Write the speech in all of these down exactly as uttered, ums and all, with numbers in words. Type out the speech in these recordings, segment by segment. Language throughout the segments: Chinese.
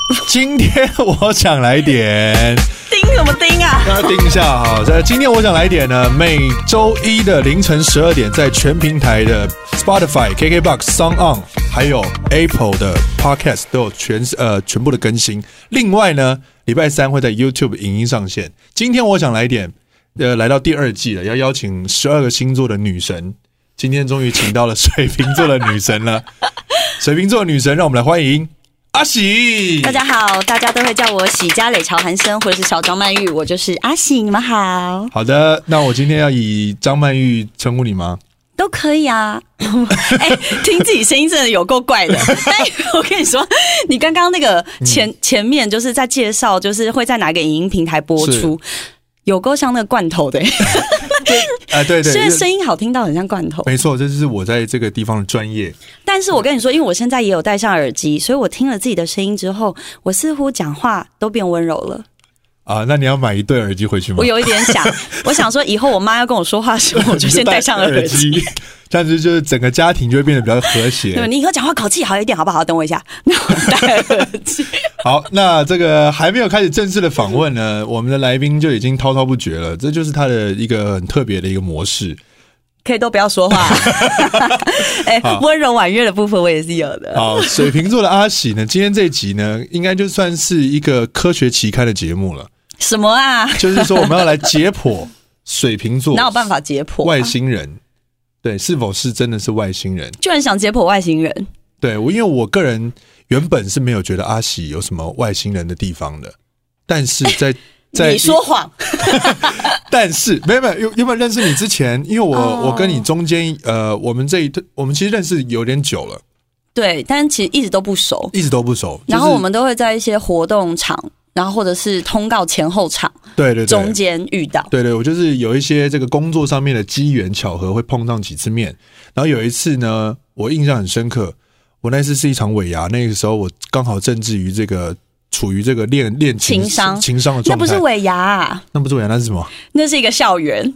今天我想来点盯什么盯啊？ 大家盯一下哈。在今天我想来点呢，每周一的凌晨十二点，在全平台的 Spotify、K K B O X、SoundOn 还有 Apple 的 Podcast 都有全呃全部的更新。另外呢，礼拜三会在 YouTube 影音上线。今天我想来点，呃，来到第二季了，要邀请十二个星座的女神。今天终于请到了水瓶座的女神了。水瓶座的女神，让我们来欢迎阿喜。 大家好，大家都会叫我喜家磊、曹涵生或者是小张曼玉，我就是阿喜，你们好。 好的，那我今天要以张曼玉称呼你吗？ 都可以啊。哎、欸，听自己声音真的有够怪的。但我跟你说，你刚刚那个前、嗯、前面就是在介绍，就是会在哪个影音平台播出，有够像那个罐头的、欸。 对，啊、对对， 现在声音好听到很像罐头。 没错，这就是我在这个地方的专业。 但是我跟你说，因为我现在也有戴上耳机，所以我听了自己的声音之后，我似乎讲话都变温柔了。 啊，那你要买一对耳机回去吗？ 我有一点想，我想说以后我妈要跟我说话的时候，我就先戴上耳机， 这样子就是整个家庭就会变得比较和谐。 对，你以后讲话口气好一点好不好？等我一下，那我戴耳机。 好，那这个还没有开始正式的访问呢，我们的来宾就已经滔滔不绝了，这就是他的一个很特别的一个模式。 可以都不要说话。哎、欸，温柔婉约的部分我也是有的。 好，水瓶座的阿喜呢，今天这一集呢，应该就算是一个科学期刊的节目了。 什么啊？ 就是说我们要来解剖水瓶座， 哪有办法解剖、啊、 外星人？对，是否是真的是外星人？ 就很想解剖外星人。 对，我因为我个人原本是没有觉得阿喜有什么外星人的地方的，但是在、欸、在你说谎。 但是没有没有，原本认识你之前，因为我、oh. 我跟你中间呃，我们这一我们其实认识有点久了。 对，但其实一直都不熟， 一直都不熟。 然后我们都会在一些活动场。然后或者是通告前后场， 对对对， 中间遇到， 对对，我就是有一些这个工作上面的机缘巧合会碰上几次面，然后有一次呢，我印象很深刻，我那次是一场尾牙，那个时候我刚好正至于这个处于这个练练情情商情商的状态， 那不是尾牙、啊， 那不是尾牙，那是什么？ 那是一个校园。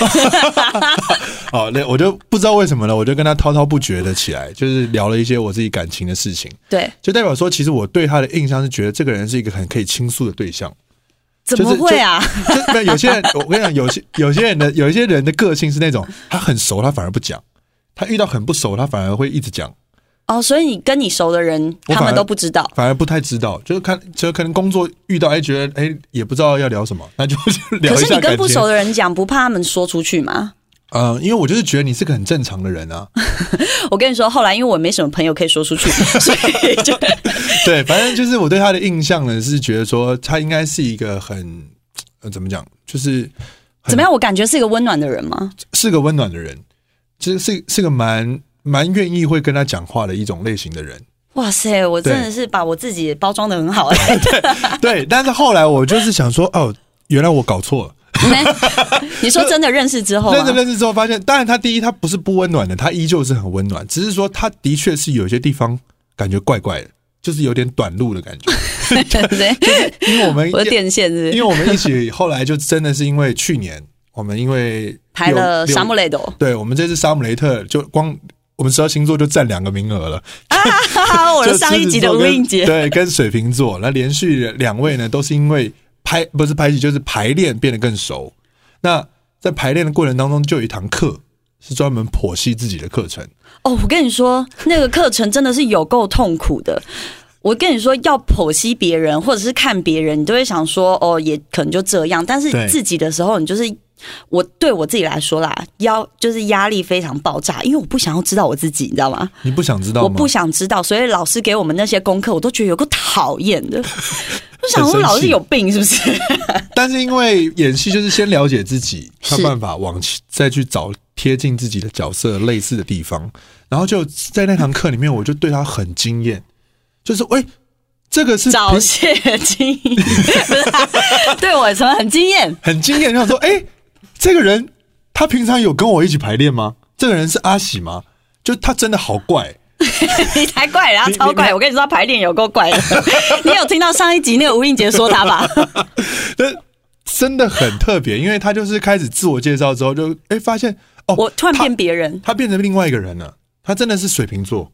哦，那我就不知道为什么了，我就跟他滔滔不绝的起来，就是聊了一些我自己感情的事情。 对， 就代表说，其实我对他的印象是觉得这个人是一个很可以倾诉的对象。 怎么会啊？ 就是、就就有些人，我跟你讲，有些有些人的有一些人的个性是那种，他很熟，他反而不讲；他遇到很不熟，他反而会一直讲。 哦，所以你跟你熟的人，他们都不知道， 反而不太知道，就是看，就可能工作遇到，哎，觉得哎也不知道要聊什么，那就聊一下。 可是你跟不熟的人讲，不怕他们说出去吗？ 呃，因为我就是觉得你是个很正常的人啊。 我跟你说，后来因为我没什么朋友可以说出去，所以就对，反正就是我对他的印象呢，是觉得说他应该是一个很呃怎么讲，就是怎么样？我感觉是一个温暖的人吗？ 是个温暖的人，就是是是个蛮。蛮愿意会跟他讲话的一种类型的人。 哇塞，我真的是把我自己包装得很好、欸、 对对，但是后来我就是想说，哦，原来我搞错了。 你说真的认识之后吗？ 认识认识之后发现，当然他第一他不是不温暖的，他依旧是很温暖，只是说他的确是有些地方感觉怪怪的，就是有点短路的感觉。 对， 就是因为我们我的电线是， 因为我们一起后来就真的是因为去年我们因为排了沙姆雷斗， 对，我们这次沙姆雷特就光。我们十二星座就占两个名额了啊！我的上一集的吴映洁， 对，跟水瓶座，那连续两位呢，都是因为拍不是拍戏，就是排练变得更熟。那在排练的过程当中，就有一堂课是专门剖析自己的课程。 哦，我跟你说，那个课程真的是有够痛苦的。我跟你说，要剖析别人或者是看别人，你都会想说，哦，也可能就这样。但是自己的时候，你就是。我对我自己来说啦，压就是压力非常爆炸，因为我不想要知道我自己，你知道吗？ 你不想知道吗？ 我不想知道，所以老师给我们那些功课，我都觉得有够讨厌的。我想说，老师有病是不是？ 但是因为演戏就是先了解自己，有办法往再去找贴近自己的角色类似的地方，然后就在那堂课里面，我就对他很惊艳，就是喂。这个是早泄惊艳，对我什么很惊艳， 很惊艳。他说：“哎、欸，这个人他平常有跟我一起排练吗？这个人是阿喜吗？就他真的好怪。” 你才怪，他超怪！我跟你说，他排练有够怪的。你有听到上一集那个吴映洁说他吧？ 真的很特别，因为他就是开始自我介绍之后就，就、欸、哎发现哦， 我突然变别人， 他，他变成另外一个人了。他真的是水瓶座。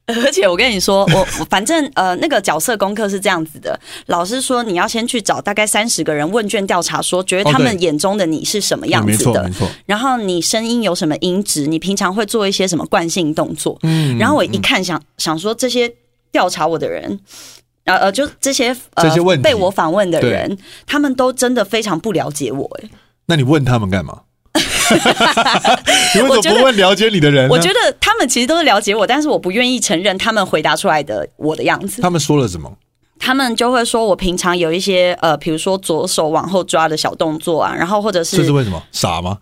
而且我跟你说，我我反正呃那个角色功课是这样子的，老师说你要先去找大概三十个人问卷调查，说觉得他们眼中的你是什么样子的， 哦、没错没错。然后你声音有什么音质，你平常会做一些什么惯性动作，嗯，然后我一看想、嗯、想说这些调查我的人。呃呃，就这些呃这些问题被我访问的人，他们都真的非常不了解我哎。 那你问他们干嘛？你为什么不问了解你的人呢？ 我觉得他们其实都是了解我，但是我不愿意承认他们回答出来的我的样子。 他们说了什么？ 他们就会说我平常有一些呃，比如说左手往后抓的小动作啊，然后或者是这是为什么？傻吗？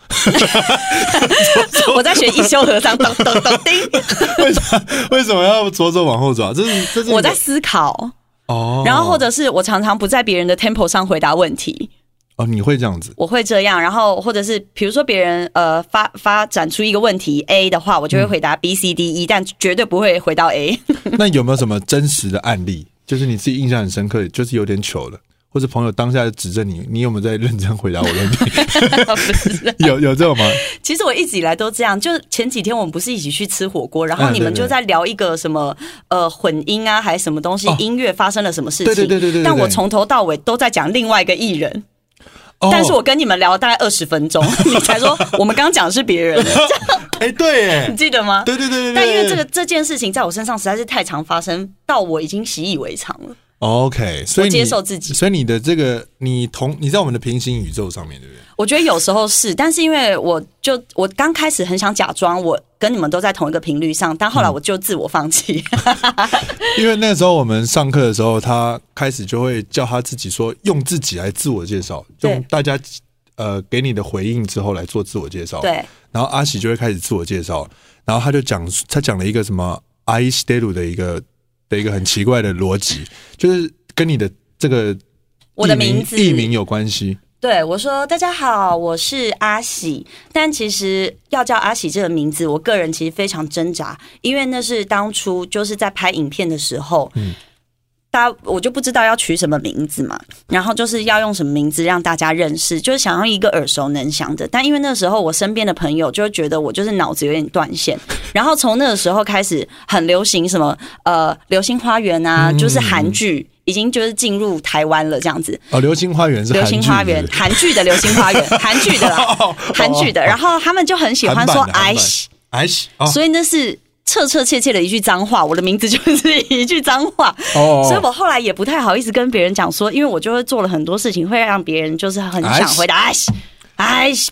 我在学一休和尚，咚咚咚叮。 为什么为什么要左手往后抓？这是这是我在思考。 哦， 然后或者是我常常不在别人的 tempo 上回答问题。 哦，你会这样子？ 我会这样，然后或者是比如说别人呃发发展出一个问题 A 的话，我就会回答 B C D E，、嗯、但绝对不会回到 A。 那有没有什么真实的案例，就是你自己印象很深刻，就是有点糗了，或者朋友当下指正你，你有没有在认真回答我的问题？ 不是有有这种吗？ 其实我一直以来都这样，就是前几天我们不是一起去吃火锅，然后你们就在聊一个什么呃混音啊，还是什么东西，哦、音乐发生了什么事情？ 对对对 对, 对, 对, 对。 但我从头到尾都在讲另外一个艺人。哦、但是我跟你们聊了大概二十分钟，你才说我们刚刚讲的是别人。 哎、欸，对耶， 你记得吗？ 对对对 对, 对。 但因为这个这件事情在我身上实在是太常发生，到我已经习以为常了。 OK， 所以你我接受自己， 所以你的这个你同你在我们的平行宇宙上面，对不对？ 我觉得有时候是，但是因为我就我刚开始很想假装我跟你们都在同一个频率上，但后来我就自我放弃。嗯、 因为那时候我们上课的时候，他开始就会叫他自己说用自己来自我介绍，用大家呃给你的回应之后来做自我介绍。 对， 然后阿喜就会开始自我介绍，然后他就讲他讲了一个什么阿伊斯德鲁的一个的一个很奇怪的逻辑，就是跟你的这个我的名字艺名有关系。 对，我说大家好，我是阿喜，但其实要叫阿喜这个名字，我个人其实非常挣扎，因为那是当初就是在拍影片的时候，嗯，大家我就不知道要取什么名字嘛，然后就是要用什么名字让大家认识，就是想要一个耳熟能详的，但因为那时候我身边的朋友就会觉得我就是脑子有点断线，然后从那个时候开始很流行什么呃流星花园啊，就是韩剧。已经就是进入台湾了，这样子。 哦，流星花园是流星花园，韩剧的流星花园，韩剧的啦，韩剧的。然后他们就很喜欢说 “ice ice”， 所以那是彻彻切切的一句脏话。我的名字就是一句脏话，哦、所以我后来也不太好意思跟别人讲说，因为我就会做了很多事情，会让别人就是很想回答 “ice ice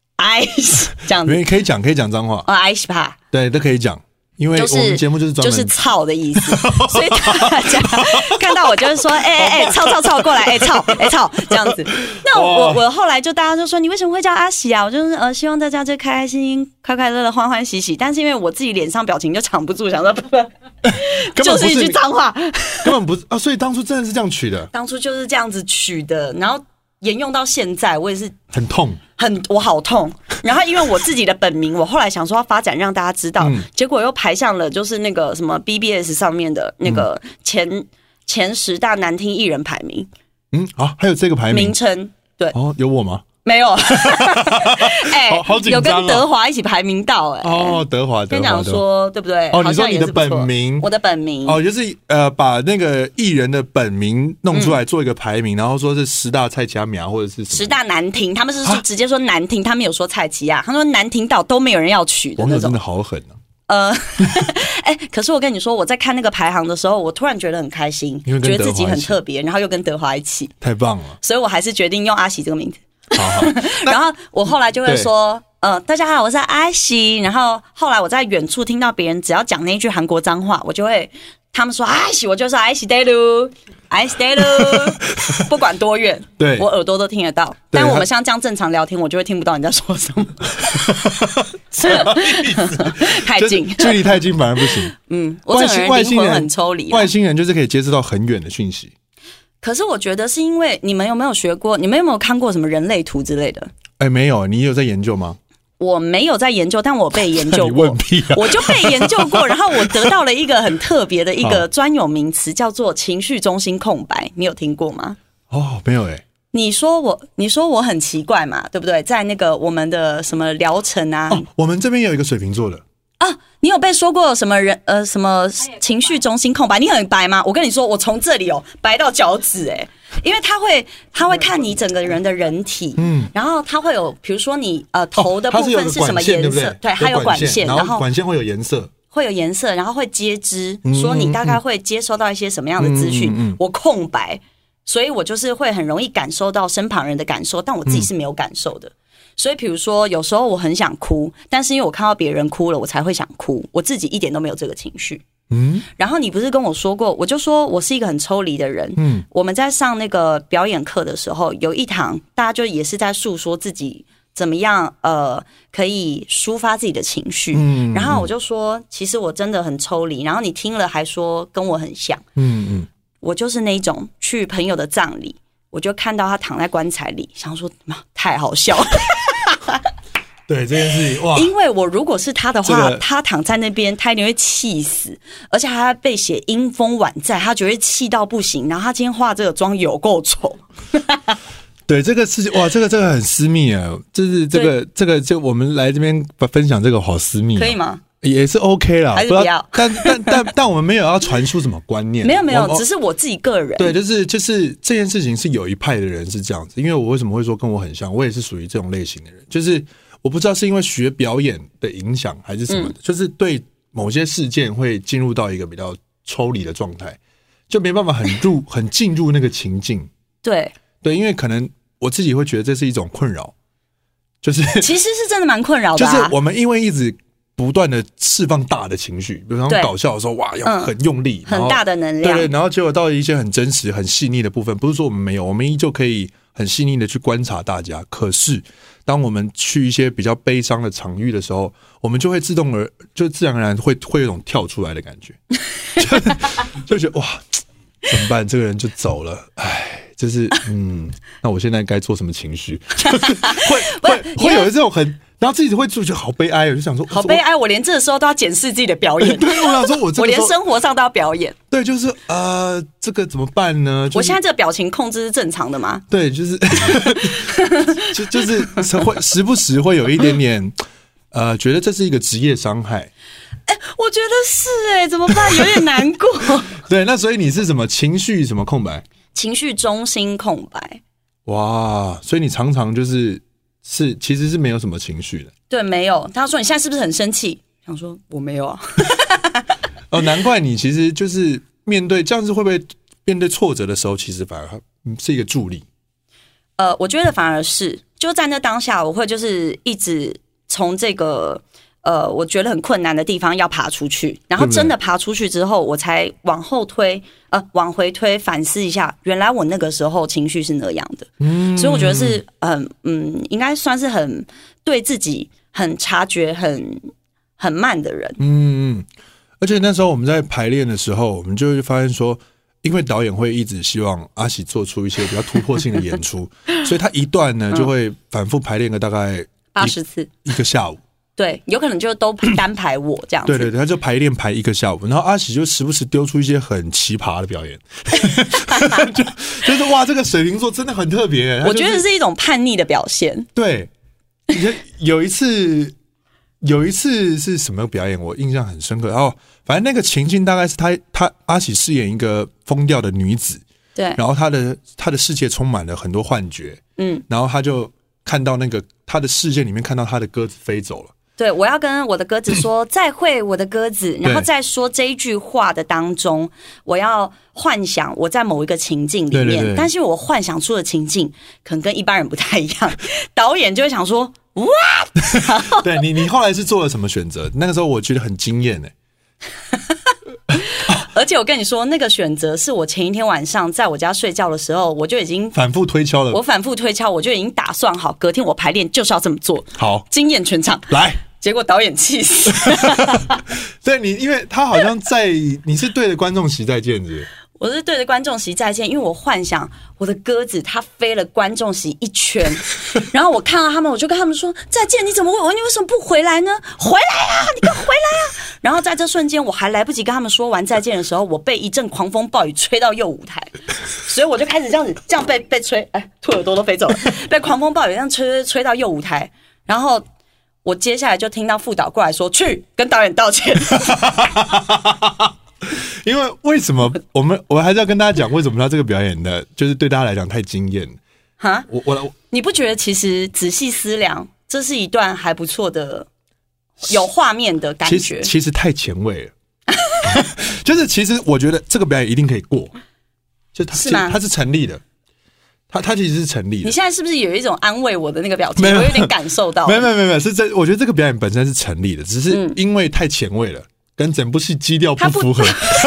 ice” 这样子。 可以讲，可以讲脏话。 哦 ，ice 吧， 对，都可以讲。因为我们节目就是专门就是操的意思，所以大家看到我就是说，哎哎哎，操操操过来，哎操哎操这样子。那我我后来就大家就说，你为什么会叫阿喜啊？我就是呃希望大家就开开心心、快快乐乐、欢欢喜喜。但是因为我自己脸上表情就藏不住，想说就是一句脏话， 根本不是啊。所以当初真的是这样取的， 当初就是这样子取的，然后沿用到现在，我也是很痛。 很我好痛，然后因为我自己的本名，我后来想说要发展让大家知道，嗯、结果又排上了就是那个什么 B B S 上面的那个前、嗯、前十大难听艺人排名。 嗯，好、啊，还有这个排名名称，对， 哦，有我吗？ 没有，哎、欸， 好紧张、哦、 有跟德华一起排名到、欸，哎， 哦，德华， 跟讲说对不对？ 哦，你说你的本名， 我的本名， 哦，就是呃，把那个艺人的本名弄出来做一个排名，嗯、然后说是十大蔡奇亚米亚或者是什么十大难听，他们是直接说难听，他们有说蔡奇亚，他说难听到都没有人要取的那种， 网友真的好狠啊！ 呃，哎、欸，可是我跟你说，我在看那个排行的时候，我突然觉得很开心，觉得自己很特别，然后又跟德华一起， 太棒了， 所以我还是决定用阿喜这个名字。 好好然后我后来就会说，呃，大家好，我是阿喜。然后后来我在远处听到别人只要讲那一句韩国脏话，我就会他们说阿喜，我就说阿喜得噜，阿喜得噜，不管多远， 对我耳朵都听得到。但我们像这样正常聊天，我就会听不到你在说什么。太近， 距离太近反而不行。 嗯，我整个人灵魂很抽离。 外星人就是可以接触到很远的讯息。 可是我觉得是因为你们有没有学过？你们有没有看过什么人类图之类的？ 哎、欸，没有，你有在研究吗？ 我没有在研究，但我被研究过。 你问屁啊！ 我就被研究过，然后我得到了一个很特别的一个专有名词，叫做情绪中心空白。你有听过吗？ 哦，没有哎、欸。 你说我，你说我很奇怪嘛，对不对？在那个我们的什么疗程啊？ 哦，我们这边有一个水瓶座的。 啊，你有被说过什么人呃什么情绪中心空白？你很白吗？我跟你说，我从这里哦白到脚趾哎、欸，因为他会他会看你整个人的人体，嗯，然后他会有比如说你呃头的部分是什么颜色， 哦、对， 它有管线， 然后管线会有颜色。 会有颜色，然后会接知，说你大概会接收到一些什么样的资讯、嗯嗯嗯。我空白，所以我就是会很容易感受到身旁人的感受，但我自己是没有感受的。嗯、所以，比如说有时候我很想哭，但是因为我看到别人哭了，我才会想哭，我自己一点都没有这个情绪。嗯，然后你不是跟我说过，我就说我是一个很抽离的人。嗯，我们在上那个表演课的时候，有一堂大家就也是在诉说自己。怎么样？呃，可以抒发自己的情绪。嗯，然后我就说，其实我真的很抽离。然后你听了还说跟我很像。嗯嗯，我就是那种去朋友的葬礼，我就看到他躺在棺材里，想说太好笑了。 对这件事情，哇！ 因为我如果是他的话，这个、他躺在那边，他一定会气死，而且他被写阴风晚在，他觉得气到不行。然后他今天化这个妆有够丑。 对这个事情，哇，这个这个很私密啊，就是这个这个就我们来这边分享这个好私密、啊， 可以吗？ 也是 OK 啦， 还是不要？ 但但但但我们没有要传输什么观念， 没有没有，只是我自己个人。 对，就是就是这件事情是有一派的人是这样子，因为我为什么会说跟我很像，我也是属于这种类型的人，就是我不知道是因为学表演的影响还是什么的、嗯，就是对某些事件会进入到一个比较抽离的状态，就没办法很入很进入那个情境。 对对，因为可能。我自己会觉得这是一种困扰，就是其实是真的蛮困扰的、啊。 就是我们因为一直不断的释放大的情绪，比如说搞笑的时候，哇，要很用力、 嗯，很大的能量， 对对，然后结果到一些很真实、很细腻的部分，不是说我们没有，我们依旧可以很细腻的去观察大家。可是，当我们去一些比较悲伤的场域的时候，我们就会自动而就自然而然会会有一种跳出来的感觉，就, 就觉得哇，怎么办？这个人就走了，唉。就是嗯，那我现在该做什么情绪？就是会会会有这种很，然后自己会就觉得好悲哀，我就想说好悲哀，我连这个时候都要检视自己的表演。 对，我想说我这我连生活上都要表演。 对，就是呃，这个怎么办呢？就是、 我现在这个表情控制是正常的吗？ 对，就是就就是会时不时会有一点点呃，觉得这是一个职业伤害。 哎、欸，我觉得是哎、欸，怎么办？有点难过。 对，那所以你是什么情绪什么空白？ 情绪中心空白。 哇，所以你常常就是是其实是没有什么情绪的。 对，没有。他说你现在是不是很生气？想说我没有啊。 哦，难怪你其实就是面对这样子，会不会面对挫折的时候，其实反而是一个助力？ 呃，我觉得反而是就在那当下，我会就是一直从这个。呃，我觉得很困难的地方要爬出去，然后真的爬出去之后，我才往后推，呃，往回推，反思一下，原来我那个时候情绪是那样的，嗯，所以我觉得是很，嗯，应该算是很对自己很察觉很很慢的人， 嗯，而且那时候我们在排练的时候，我们就会发现说，因为导演会一直希望阿喜做出一些比较突破性的演出，所以他一段呢就会反复排练个大概八十次，一个下午。 对，有可能就都单排我这样子。 对对对，他就排练排一个下午，然后阿喜就时不时丢出一些很奇葩的表演，就就是哇，这个水瓶座真的很特别、就是。 我觉得是一种叛逆的表现。 对，有一次有一次是什么表演，我印象很深刻。然后反正那个情境大概是他他阿喜饰演一个疯掉的女子， 对， 然后他的他的世界充满了很多幻觉，嗯，然后他就看到那个他的视线里面看到他的鸽子飞走了。 对，我要跟我的鸽子说再会，我的鸽子。然后在说这一句话的当中，我要幻想我在某一个情境里面，对对对，但是我幻想出的情境可能跟一般人不太一样，导演就会想说 what？ 对你，你后来是做了什么选择？那个时候我觉得很惊艳哎。 而且我跟你说，那个选择是我前一天晚上在我家睡觉的时候，我就已经反复推敲了。 我反复推敲，我就已经打算好，隔天我排练就是要这么做。 好， 惊艳全场。 来， 结果导演气死。 对你，因为他好像在，你是对着观众席再见是？ 我是对着观众席再见，因为我幻想我的鸽子它飞了观众席一圈，然后我看到他们，我就跟他们说再见。你怎么会？你为什么不回来呢？回来啊！你给我回来啊！然后在这瞬间，我还来不及跟他们说完再见的时候，我被一阵狂风暴雨吹到右舞台，所以我就开始这样子，这样被被吹，哎，兔耳朵都飞走了，被狂风暴雨这样吹吹到右舞台，然后。 我接下来就听到副导过来说去跟导演道歉。 因为为什么我们我还是要跟大家讲为什么他这个表演的，就是对大家来讲太惊艳。 哈， 我我你不觉得其实仔细思量，这是一段还不错的、有画面的感觉？ 其实其实太前卫了。就是其实我觉得这个表演一定可以过，就它是它是成立的，它它其实是成立的。 你现在是不是有一种安慰我的那个表情？我有点感受到。 没有没有没有，是这我觉得这个表演本身是成立的，只是因为太前卫了。跟整部戏基调不符合，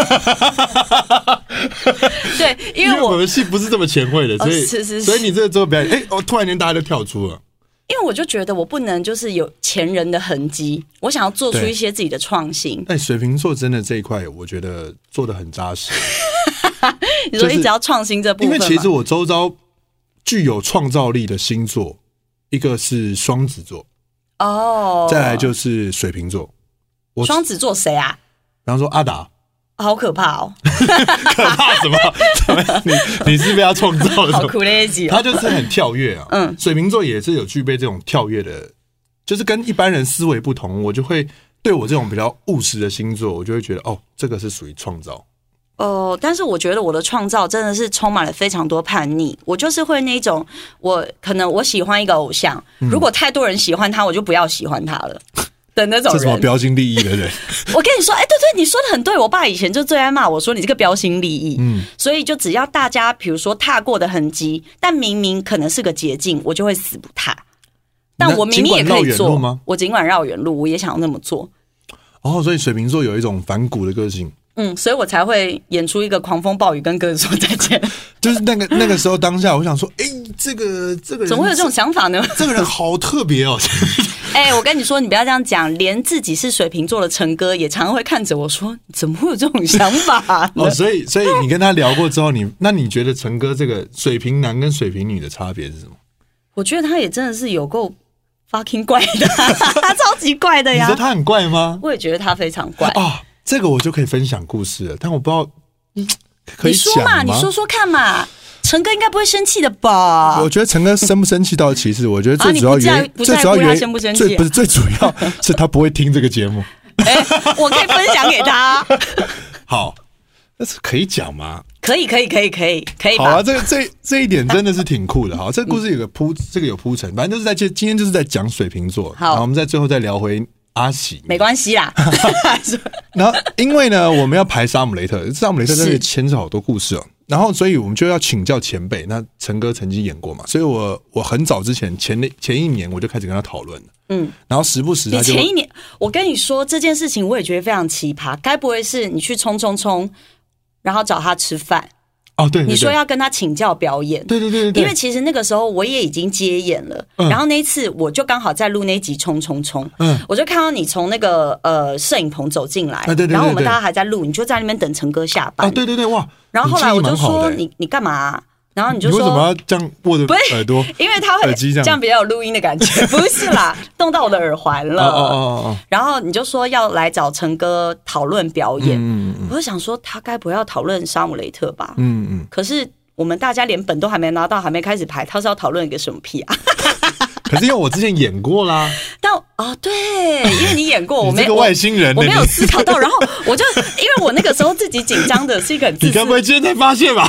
对，因为 我, 因为我们戏不是这么前卫的，所以、 哦、是是是所以你这个周表演，哎、欸，我突然间大家就跳出了， 因为我就觉得我不能就是有前人的痕迹，我想要做出一些自己的创新。 哎，水瓶座真的这一块，我觉得做得很扎实。 你说一直要创新这部分、 就是，因为其实我周遭具有创造力的星座，一个是双子座，哦，再来就是水瓶座。 双子座谁啊？ 比方说阿达， 好可怕哦！ 可怕什么？怎么你你是被他创造的？ 好苦的一集、哦， 他就是很跳跃啊。嗯，水瓶座也是有具备这种跳跃的，就是跟一般人思维不同，我就会对我这种比较务实的星座，我就会觉得哦，这个是属于创造。 哦，但是我觉得我的创造真的是充满了非常多叛逆。我就是会那种，我可能我喜欢一个偶像，如果太多人喜欢他，我就不要喜欢他了。的那种人， 这什么标新立异的人？ 我跟你说，哎、欸，对对，你说的很对。我爸以前就最爱骂我说你这个标新立异，嗯，所以就只要大家比如说踏过的痕迹，但明明可能是个捷径，我就会死不踏。但我明明也可以做吗？我尽管绕远路，我也想要那么做。 哦，所以水瓶座有一种反骨的个性。 嗯，所以我才会演出一个狂风暴雨跟歌人说再见。 就是那个那个时候当下，我想说，哎、欸，这个这个人怎么会有这种想法呢？ 这个人好特别哦。 哎、欸，我跟你说，你不要这样讲，连自己是水瓶座的陈哥也常常会看着我说，怎么会有这种想法哦，所以所以你跟他聊过之后，你那你觉得陈哥这个水瓶男跟水瓶女的差别是什么？ 我觉得他也真的是有够 fucking 怪的，他超级怪的呀。 你说他很怪吗？ 我也觉得他非常怪啊、哦。这个我就可以分享故事了，但我不知道，嗯，可以讲吗？ 你说嘛，你说说看嘛。陈哥应该不会生气的吧？ 我觉得陈哥生不生气倒其次，我觉得最主要原因， 啊、 最主要原因生不生气、啊， 最不是最主要是他不会听这个节目。 哎、欸，我可以分享给他。 好，那是可以讲吗？ 可以，可以，可以，可以，可以吧。 好啊，这个这这一点真的是挺酷的。好，这个故事有个铺，这个有铺陈，反正就是在今天就是在讲水瓶座。好，然后我们在最后再聊回阿喜， 没关系啦。 然后因为呢，我们要排沙姆雷特，沙姆雷特真的牵扯好多故事哦。然后，所以我们就要请教前辈。那陈哥曾经演过嘛，所以我我很早之前前前一年我就开始跟他讨论了。嗯，然后时不时他就你前一年，我跟你说这件事情，我也觉得非常奇葩。该不会是你去冲冲冲，然后找他吃饭？ 哦，对， 对， 对， 你说要跟他请教表演， 对对 对, 对, 对， 因为其实那个时候我也已经接演了，嗯、然后那一次我就刚好在录那一集冲冲冲，嗯，我就看到你从那个呃摄影棚走进来，啊、对对对对，然后我们大家还在录，你就在那边等陈哥下班， 啊，对对对，哇， 然后后来我就说你你干嘛、啊？然后你就说你为什么要这样握着耳朵？ 因为他会耳机这样， 这样比较有录音的感觉，不是啦，动到我的耳环了。哦哦哦哦。然后你就说要来找陈哥讨论表演，嗯嗯，我就想说他该不会要讨论沙姆雷特吧？嗯嗯。可是我们大家连本都还没拿到，还没开始排，他是要讨论一个什么屁啊？ 可是因为我之前演过啦， 但哦对，因为你演过，我没你这个外星人、欸， 我没有思考到，然后我就因为我那个时候自己紧张的是一个很自私， 你该不会今天才发现吧？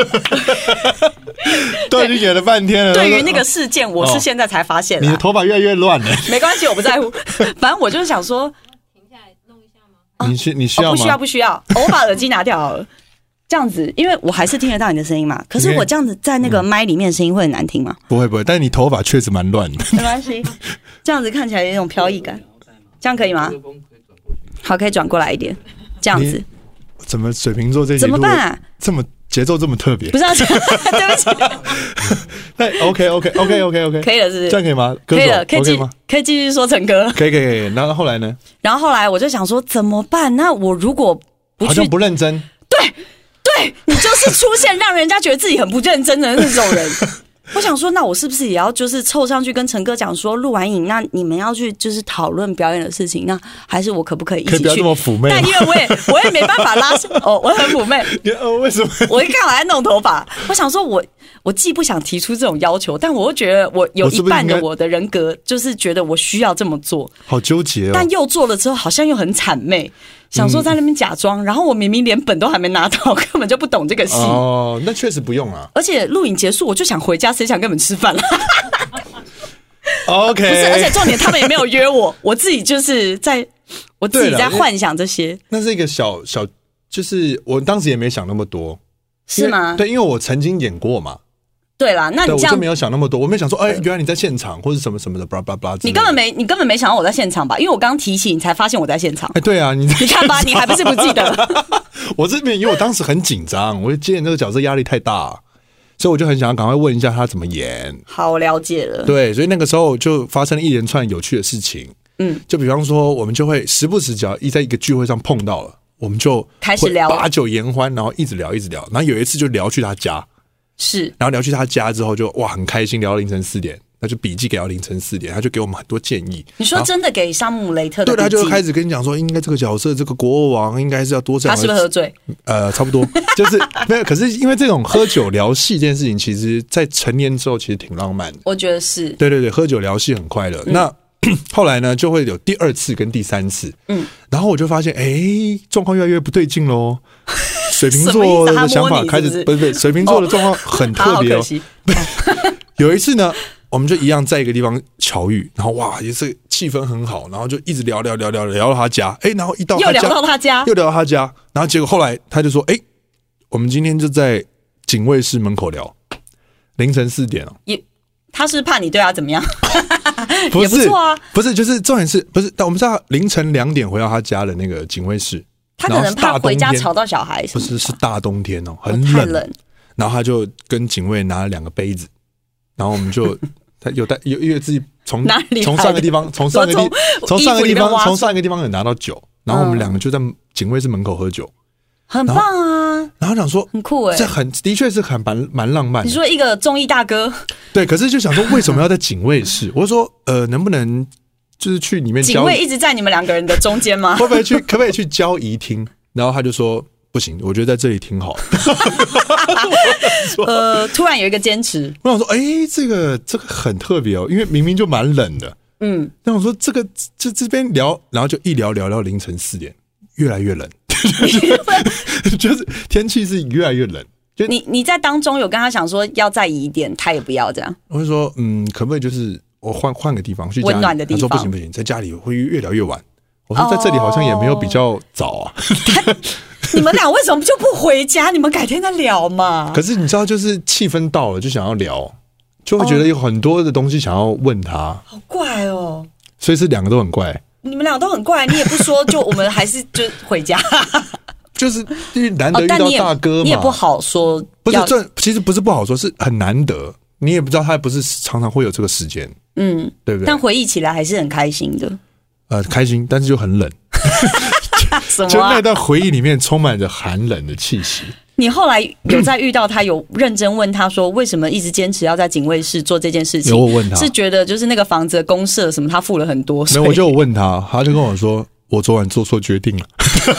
都已经演了半天了。 对于那个事件，我是现在才发现、哦。 你的头发越来越乱了。 没关系，我不在乎。反正我就是想说， 停下来弄一下吗？ 你需你需要吗、 哦？不需要，不需要。我把耳机拿掉好了。这样子，因为我还是听得到你的声音嘛。可是我这样子在那个麦里面声音会很难听吗？ 不会不会，但是你头发确实蛮乱的。 没关系，这样子看起来有一种飘逸感。这样可以吗？好，可以转过来一点。这样子。 怎么水瓶座这怎么办啊？ 这么节奏这么特别？ 不是、啊，对不起。 那 OK OK OK OK OK， 可以了，是不是？ 这样可以吗？ 可以了，可以继 OK 吗？ 可以继续说陈哥。 可以可以可以。然后后来呢？ 然后后来我就想说怎么办？那我如果不去， 好像不認真。 对。对，你就是出现让人家觉得自己很不认真的那种人。 我想说，那我是不是也要就是凑上去跟陈哥讲说，录完影，那你们要去就是讨论表演的事情，那还是我可不可以一起去？ 可以不要这么妩媚。 但因为我也我也没办法拉哦，我很妩媚。 哦，为什么？ 我一看我在弄头发，我想说我我既不想提出这种要求，但我又觉得我有一半的我的人格就是觉得我需要这么做， 好纠结哦。 但又做了之后，好像又很谄媚。想说在那边假装、嗯，然后我明明连本都还没拿到，根本就不懂这个戏。 哦，那确实不用啊。 而且录影结束，我就想回家，谁想跟你们吃饭了 ？OK， 不是，而且重点他们也没有约我，我自己就是在我自己在幻想这些。 那是一个小小，就是我当时也没想那么多， 是吗？ 对，因为我曾经演过嘛。 对啦，那你这样我就没有想那么多，我没有想说，哎、欸，原来你在现场或者什么什么的，巴拉巴拉。 你根本没，你根本没想到我在现场吧？因为我刚刚提起，你才发现我在现场。 哎、欸，对啊，你你看吧，你还不是不记得？ 我这边因为我当时很紧张，我接演这个角色压力太大，所以我就很想要赶快问一下他怎么演。 好，我了解了。 对，所以那个时候就发生了一连串有趣的事情。嗯，就比方说，我们就会时不时只要一在一个聚会上碰到了，我们就开始聊把酒言欢，然后一直聊一直聊，然后有一次就聊去他家。 是， 然后聊去他家之后就哇很开心，聊到凌晨四点，他就笔记给到凌晨四点，他就给我们很多建议。 你说真的给沙姆雷特的笔记？ 对，他就开始跟你讲说，应该这个角色这个国王应该是要多这样。 他是不是喝醉？ 呃，差不多，就是没有。可是因为这种喝酒聊戏这件事情，其实在成年之后其实挺浪漫的。 我觉得是。 对对对，喝酒聊戏很快乐。嗯、那后来呢，就会有第二次跟第三次。嗯，然后我就发现，哎，状况越来越不对劲喽。水瓶座的想法开始，是不是不是水瓶座的状况很特别哦。有一次呢，我们就一样在一个地方巧遇，然后哇，也是气氛很好，然后就一直聊聊聊聊聊到他家，哎，然后一到他家又聊到他家， 又聊到他家，然后结果后来他就说，哎，我们今天就在警卫室门口聊，凌晨四点哦。 也，他是怕你对他怎么样？ 不是， 也不错啊， 不是，就是重点是不是？但我们知道凌晨两点回到他家的那个警卫室。 他可能怕回家吵到小孩， 不是是大冬天哦，很冷， 太冷。 然后他就跟警卫拿了两个杯子，然后我们就他有带有因为自己从从上个地方从上个地从上个地方从上一个地方有拿到酒，然后我们两个就在警卫室门口喝酒， 很棒啊。 然后想说很酷哎， 这很的确是很蛮蛮浪漫的。 你说一个综艺大哥， 对，可是就想说为什么要在警卫室？我说呃，能不能？就是去里面交， 警卫一直在你们两个人的中间吗？ 会不会去？可不可以去交谊厅？然后他就说不行，我觉得在这里挺好。 呃，突然有一个坚持， 我想说，哎、欸，这个这个很特别哦，因为明明就蛮冷的，嗯。那我说这个这这边聊，然后就一聊聊到凌晨四点，越来越冷，就是天气是越来越冷。就你你在当中有跟他想说要再移一点，他也不要这样。 我就说，嗯，可不可以就是我换换个地方去家里温暖的地方？ 他说不行不行，在家里会越聊越晚。我说在这里好像也没有比较早啊。 哦、你们俩为什么就不回家？你们改天再聊嘛。 可是你知道，就是气氛到了就想要聊，就会觉得有很多的东西想要问他。哦、 好怪哦。 所以是两个都很怪。 你们俩都很怪，你也不说，就我们还是就回家。 就是因为难得遇到大哥嘛， 哦、你, 也你也不好说。 不是这其实不是不好说，是很难得。你也不知道他不是常常会有这个时间，嗯，对不对？ 但回忆起来还是很开心的。 呃，开心，但是就很冷。 什么、啊？ 就那段回忆里面充满着寒冷的气息。 你后来有在遇到他，有认真问他说，为什么一直坚持要在警卫室做这件事情？ 有我问他， 是觉得就是那个房子的公设什么，他付了很多。 没有，我就问他，他就跟我说，我昨晚做错决定了。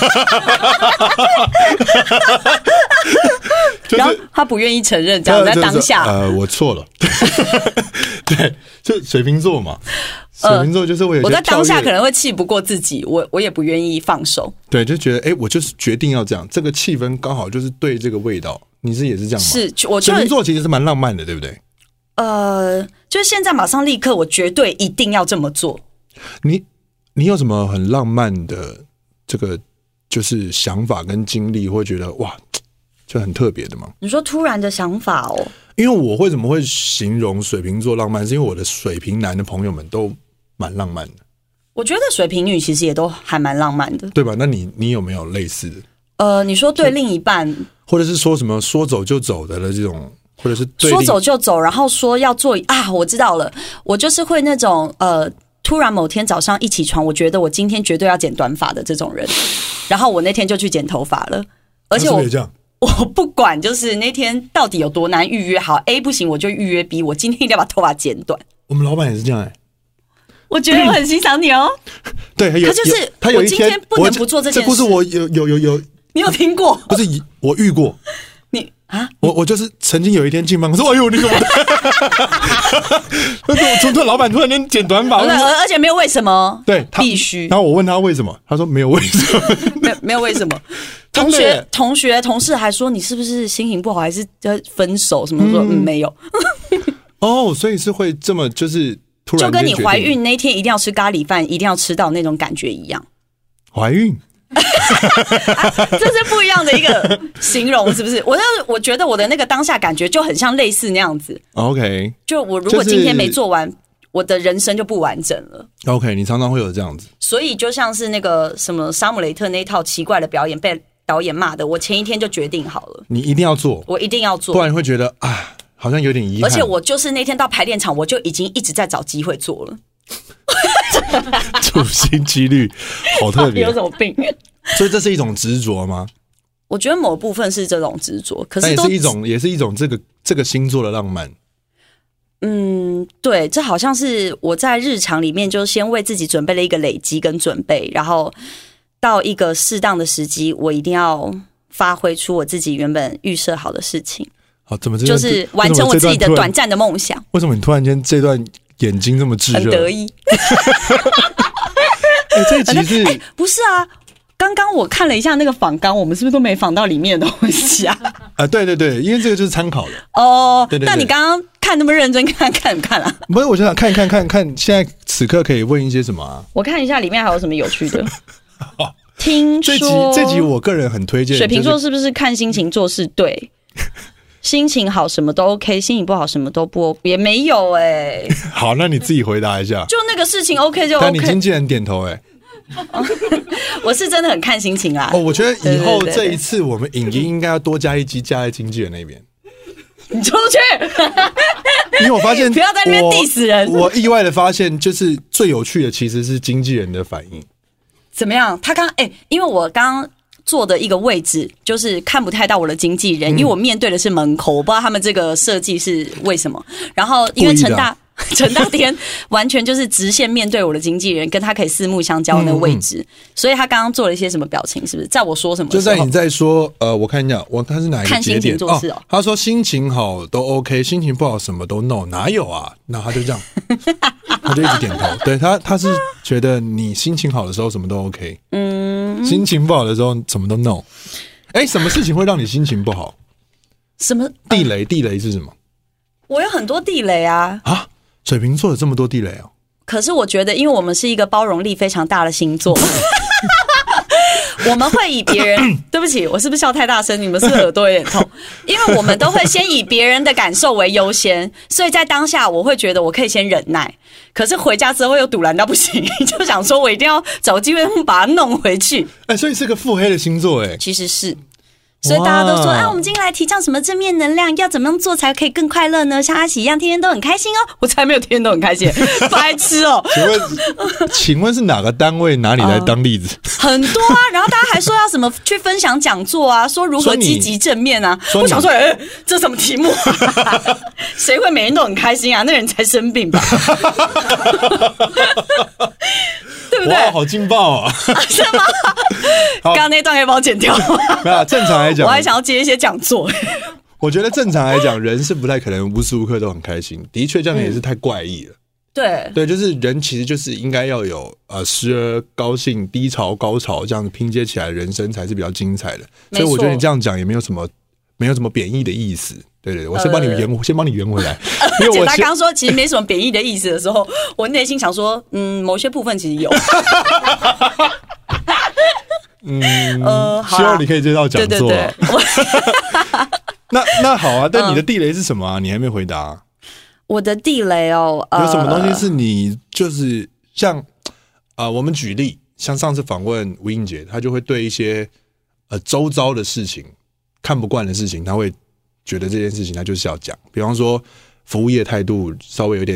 就是、 然后他不愿意承认，这样在当下， 呃，我错了。对，就水瓶座嘛，水瓶座就是我有、呃、 我在当下可能会气不过自己，我我也不愿意放手。 对，就觉得哎、欸，我就是决定要这样，这个气氛刚好就是对这个味道。你是也是这样吗？ 是，我水瓶座其实是蛮浪漫的，对不对？ 呃，就是现在马上立刻，我绝对一定要这么做。 你你有什么很浪漫的这个就是想法跟经历，会觉得哇？就很特别的嘛。 你说突然的想法哦？ 因为我为什么会形容水瓶座浪漫，是因为我的水瓶男的朋友们都蛮浪漫的。 我觉得水瓶女其实也都还蛮浪漫的， 对吧？那你你有没有类似的？ 呃，你说对另一半， 或者是说什么说走就走的这种，或者是对说走就走，然后说要做啊，我知道了，我就是会那种呃，突然某天早上一起床，我觉得我今天绝对要剪短发的这种人，然后我那天就去剪头发了，而且我。 我不管，就是那天到底有多难预约好 ，A 不行我就预约 B， 我今天一定要把头发剪短。 我们老板也是这样哎、欸。 我觉得我很欣赏你哦。 对，他就是他有一天我今天不能不做这件事。 这故事我有有有有， 你有听过？ 不是我遇过。 你啊， 我我就是曾经有一天进办公室，哎呦，你怎么？突然老板突然间剪短发， 而且没有为什么， 对， 必须。 然后我问他为什么，他说没有为什么， 没有没有为什么。同学、同学、同事还说你是不是心情不好，还是分手什么？说嗯没有。 哦，所以是会这么就是突然， 就跟你怀孕那天一定要吃咖喱饭，一定要吃到那种感觉一样。 怀孕。 啊、这是不一样的一个形容，是不是？我我觉得我的那个当下感觉就很像类似那样子。 OK， 就我如果今天没做完，就是、我的人生就不完整了。 OK， 你常常会有这样子， 所以就像是那个什么沙姆雷特那一套奇怪的表演被导演骂的，我前一天就决定好了， 你一定要做， 我一定要做， 不然会觉得啊，好像有点遗憾。 而且我就是那天到排练场，我就已经一直在找机会做了。 处心积虑，好特别， 有什么病？ 所以这是一种执着吗？ 我觉得某部分是这种执着，可是但也是一种，也是一种这个这个星座的浪漫。 嗯，对，这好像是我在日常里面就先为自己准备了一个累积跟准备，然后到一个适当的时机，我一定要发挥出我自己原本预设好的事情。 好，怎么这就是完成我自己的短暂的梦想？ 为什么你突然间这段眼睛这么炙热？ 很得意。 欸、这一集是、 欸、不是啊？刚刚我看了一下那个访纲，我们是不是都没访到里面的东西啊？ 啊，对对对，因为这个就是参考的哦。 对对对， 那你刚刚看那么认真，看看不看啊？ 不是，我就想看一看看看，现在此刻可以问一些什么啊？ 我看一下里面还有什么有趣的。听说这集这集我个人很推荐。 水瓶座是不是看心情做事？对。心情好什么都 OK， 心情不好什么都不 OK， 也没有哎、欸。 好，那你自己回答一下。 就那个事情 OK 就 OK。 但你经纪人点头哎、欸。 我是真的很看心情啦。 哦，我觉得以后这一次我们影音应该要多加一集加在经纪人那边。 你出去！ 因为我发现不要在那边 diss 人。 我意外的发现，就是最有趣的其实是经纪人的反应。 怎么样？他刚哎、欸，因为我刚坐的一个位置就是看不太到我的经纪人，嗯、因为我面对的是门口，我不知道他们这个设计是为什么。然后因为陈大陈大天完全就是直线面对我的经纪人，跟他可以四目相交的那个位置，嗯嗯，所以他刚刚做了一些什么表情？是不是在我说什么的时候？ 就在你在说呃，我看一下，我他是哪一个节点？ 看心情做事哦。哦他说心情好都 OK， 心情不好什么都 no， 哪有啊？那他就这样，他就一直点头。对他，他是觉得你心情好的时候什么都 OK， 嗯，心情不好的时候什么都 no。哎、欸，什么事情会让你心情不好？ 什么地雷？地雷是什么？ 我有很多地雷啊！ 啊，水瓶座有这么多地雷哦。 可是我觉得，因为我们是一个包容力非常大的星座，我们会以别人……对不起，我是不是笑太大声？你们是不是耳朵有点痛？因为我们都会先以别人的感受为优先，所以在当下我会觉得我可以先忍耐，可是回家之后又堵拦到不行，就想说我一定要找机会把它弄回去。 哎、欸，所以是个腹黑的星座哎， 其实是。所以大家都说，啊，我们今天来提倡什么正面能量，要怎么样做才可以更快乐呢？像阿喜一样，天天都很开心哦。我才没有天天都很开心，白痴哦。 请问，请问是哪个单位哪里来当例子？ 呃、很多啊，然后大家还说要什么去分享讲座啊，说如何积极正面啊。我想说，哎、欸，这什么题目、啊？谁会每天都很开心啊？那人才生病吧？对不对？ 哇，好劲爆啊！ 是吗？刚刚那段可以帮我剪掉吗？ 没有，正常来讲， 我还想要接一些讲座。 我觉得正常来讲，人是不太可能无时无刻都很开心。的确，这样也是太怪异了。嗯、 对对，就是人其实就是应该要有呃时而高兴、低潮、高潮这样子拼接起来，人生才是比较精彩的。所以我觉得你这样讲也没有什么没有什么贬义的意思。对对对，我先帮你圆，呃、先帮你圆回来。因为我他刚刚说其实没什么贬义的意思的时候，我内心想说，嗯，某些部分其实有。 嗯，呃，希望你可以接到讲座、啊。对对对那那好啊，但你的地雷是什么啊？嗯、你还没回答、啊。 我的地雷哦， 有什么东西是你就是像呃，我们举例，像上次访问吴映洁，她就会对一些呃周遭的事情看不惯的事情，她会觉得这件事情她就是要讲。比方说服务业态度稍微有点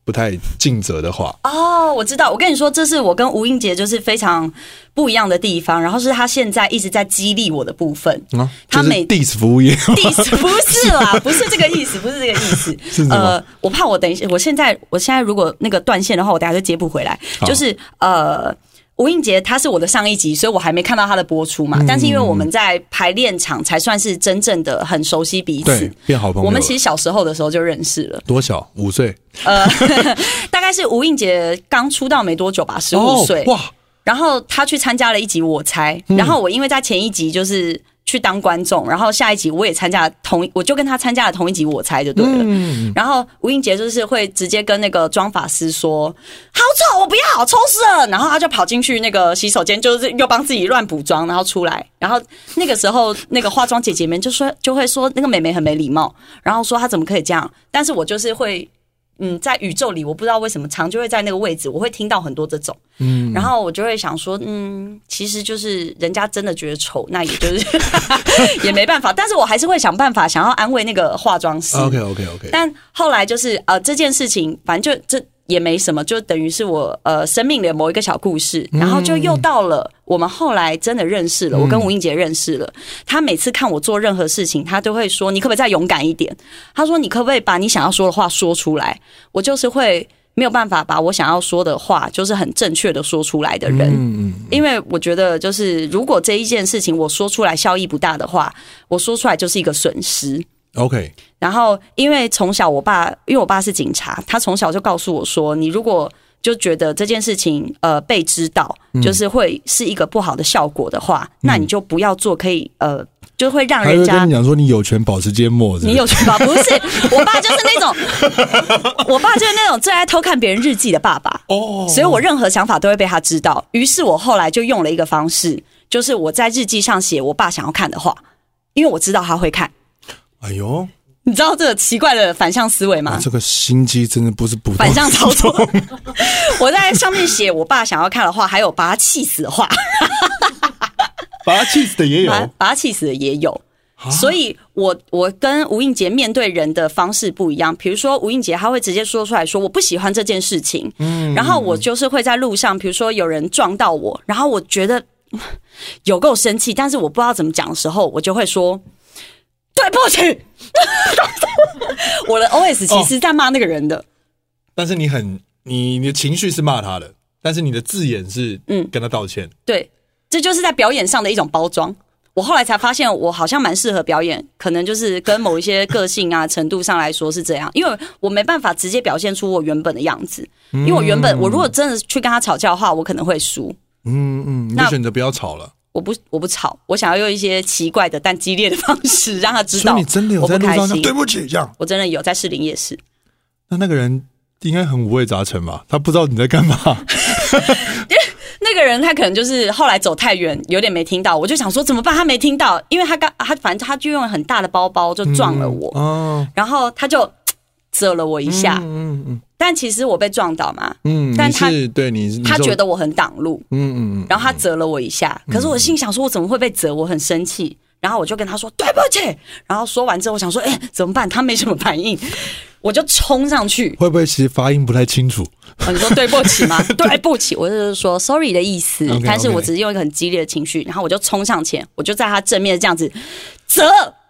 不太尽责的话。 哦，我知道，我跟你说，这是我跟吴映洁就是非常不一样的地方，然后是他现在一直在激励我的部分。嗯， 他每 diss 服务业 diss 不是啦，不是这个意思，不是这个意思。 是什么？ 呃，我怕我等一下，我现在我现在如果那个断线的话，我等一下就接不回来。就是呃。吴映洁她是我的上一集，所以我还没看到她的播出嘛。嗯、但是因为我们在排练场才算是真正的很熟悉彼此， 对，变好朋友。 我们其实小时候的时候就认识了。 多小？五岁？ 呃，大概是吴映洁刚出道没多久吧，十五岁。哇！然后她去参加了一集我猜，然后我因为在前一集就是去当观众，然后下一集我也参加了同，我就跟他参加了同一集我猜就对了。嗯、然后吴映洁就是会直接跟那个妆发师说：“好丑，我不要，丑死了。”然后他就跑进去那个洗手间，就是又帮自己乱补妆，然后出来。然后那个时候，那个化妆姐姐们就说就会说那个妹妹很没礼貌，然后说她怎么可以这样？但是我就是会。嗯，在宇宙里，我不知道为什么常就会在那个位置，我会听到很多这种，嗯，然后我就会想说，嗯，其实就是人家真的觉得丑，那也就是也没办法，但是我还是会想办法想要安慰那个化妆师。 OK OK OK。 但后来就是呃这件事情，反正就这也没什么，就等于是我呃生命的某一个小故事，然后就又到了我们后来真的认识了，我跟吴映洁认识了。他每次看我做任何事情，他都会说：“你可不可以再勇敢一点？”他说：“你可不可以把你想要说的话说出来？”我就是会没有办法把我想要说的话，就是很正确的说出来的人。嗯嗯。因为我觉得，就是如果这一件事情我说出来效益不大的话，我说出来就是一个损失。 OK。 然后，因为从小我爸，因为我爸是警察，他从小就告诉我说，你如果就觉得这件事情呃被知道，就是会是一个不好的效果的话，嗯、那你就不要做，可以呃。就会让人家他会跟你讲说你有权保持缄默， 你有权保不是？我爸就是那种，我爸就是那种最爱偷看别人日记的爸爸哦，所以我任何想法都会被他知道。于是我后来就用了一个方式，就是我在日记上写我爸想要看的话，因为我知道他会看。 哎呦， 你知道这个奇怪的反向思维吗？ 啊、这个心机真的不是不反向操作。我在上面写我爸想要看的话，还有把他气死的话。 把他气死的也有， 把, 把他气死的也有，所以我我跟吴映洁面对人的方式不一样。比如说吴映洁，他会直接说出来说我不喜欢这件事情，嗯，然后我就是会在路上，比如说有人撞到我，然后我觉得有够生气，但是我不知道怎么讲的时候，我就会说对不起。我的 O S 其实在骂那个人的，哦、 但是你很你你的情绪是骂他的，但是你的字眼是嗯跟他道歉， 嗯、对。这就是在表演上的一种包装。我后来才发现，我好像蛮适合表演，可能就是跟某一些个性啊程度上来说是这样，因为我没办法直接表现出我原本的样子，因为我原本我如果真的去跟他吵架的话，我可能会输。嗯嗯，你就选择不要吵了。 我不我不吵，我想要用一些奇怪的但激烈的方式让他知道。 所以你真的有在路上说对不起这样？ 我真的有在士林夜市。 那那个人应该很五味杂陈吧？他不知道你在干嘛。 那个人他可能就是后来走太远，有点没听到，我就想说怎么办？他没听到，因为他刚他反正他就用很大的包包就撞了我，嗯哦、然后他就责了我一下，嗯嗯嗯、但其实我被撞到嘛，嗯，但他是对你，你他觉得我很挡路，嗯嗯嗯，然后他责了我一下，可是我心想说我怎么会被责？我很生气，然后我就跟他说对不起，然后说完之后我想说哎、欸、怎么办？他没什么反应。我就冲上去， 会不会其实发音不太清楚？ 哦、你说对不起吗？对不起，我就是说 sorry 的意思， okay, 但是我只是用一个很激烈的情绪，然后我就冲上前，我就在他正面这样子责。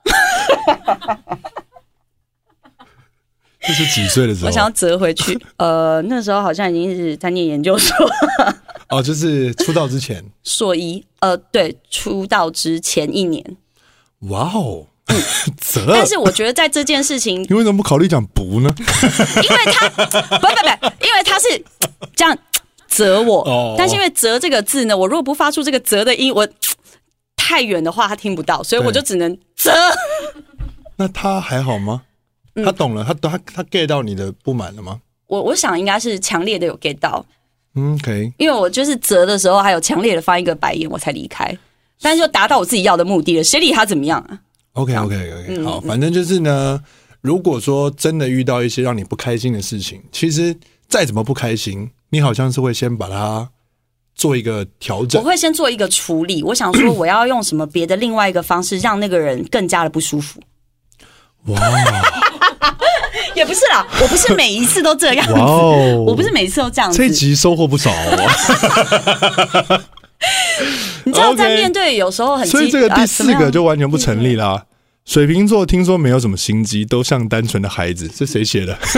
这是几岁的时候？ 我想要折回去。呃，那时候好像已经是在念研究所。 哦，就是出道之前。 硕一，呃，对，出道之前一年。 哇哦。责， 但是我觉得在这件事情， 你为什么不考虑讲不呢？ 因为他不不不，因为他是这样责我，哦、但是因为责这个字呢，我如果不发出这个责的音，我太远的话他听不到，所以我就只能责。 那他还好吗？他懂了，他他他 get 到你的不满了吗？ 我我想应该是强烈的有 get 到。 嗯 ，OK， 因为我就是责的时候，还有强烈的翻一个白眼，我才离开，但是就达到我自己要的目的了，谁理他怎么样啊 ？OK OK OK， 好，反正就是呢，如果说真的遇到一些让你不开心的事情，其实再怎么不开心，你好像是会先把它做一个调整。 我会先做一个处理，我想说我要用什么别的另外一个方式让那个人更加的不舒服。哇， 也不是啦，我不是每一次都这样子，哇哦，我不是每一次都这样子。 这一集收获不少哦。 你知道，在面对有时候很， 所以这个第四个就完全不成立啦。水瓶座听说没有什么心机，都像单纯的孩子，是谁写的？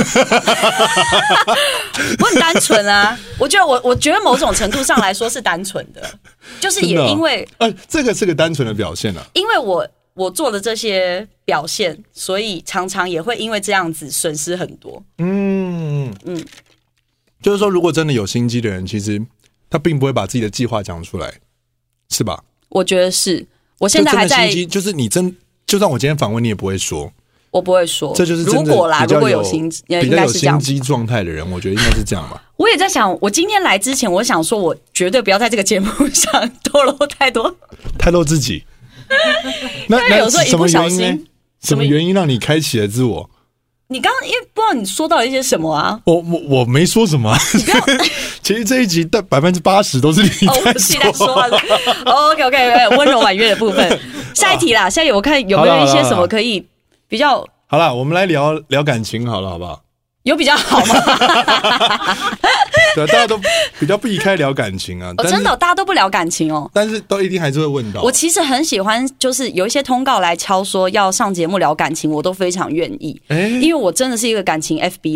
我很单纯啊，我觉得我我觉得某种程度上来说是单纯的，就是也因为、 哦呃、这个是个单纯的表现啊。 因为我我做的这些表现，所以常常也会因为这样子损失很多。嗯嗯，就是说，如果真的有心机的人，其实他并不会把自己的计划讲出来，是吧？ 我觉得是，我现在还在， 就, 就是你真。就算我今天访问你也不会说， 我不会说， 这就是真的如果啦，如果有心机， 比较有心机状态的人，我觉得应该是这样吧。 我也在想，我今天来之前，我想说，我绝对不要在这个节目上透露太多， 太露自己。那那有时候一不小心， 什么原因让你开启了自我？ 你刚刚因为不知道你说到了一些什么啊？ 我我我没说什么、啊，其实这一集的百分之八十都是你在说。哦，我自己在说话的。 OK OK， 温柔婉约的部分。下一题啦，下一题我看有没有一些什么可以比较好啦，我们来聊聊感情好了，好不好？ 有比较好吗？ 对，大家都比较避开聊感情啊。 哦，真的、哦，大家都不聊感情哦。 但是都一定还是会问到。 我其实很喜欢，就是有一些通告来敲说要上节目聊感情，我都非常愿意。欸、因为我真的是一个感情 F B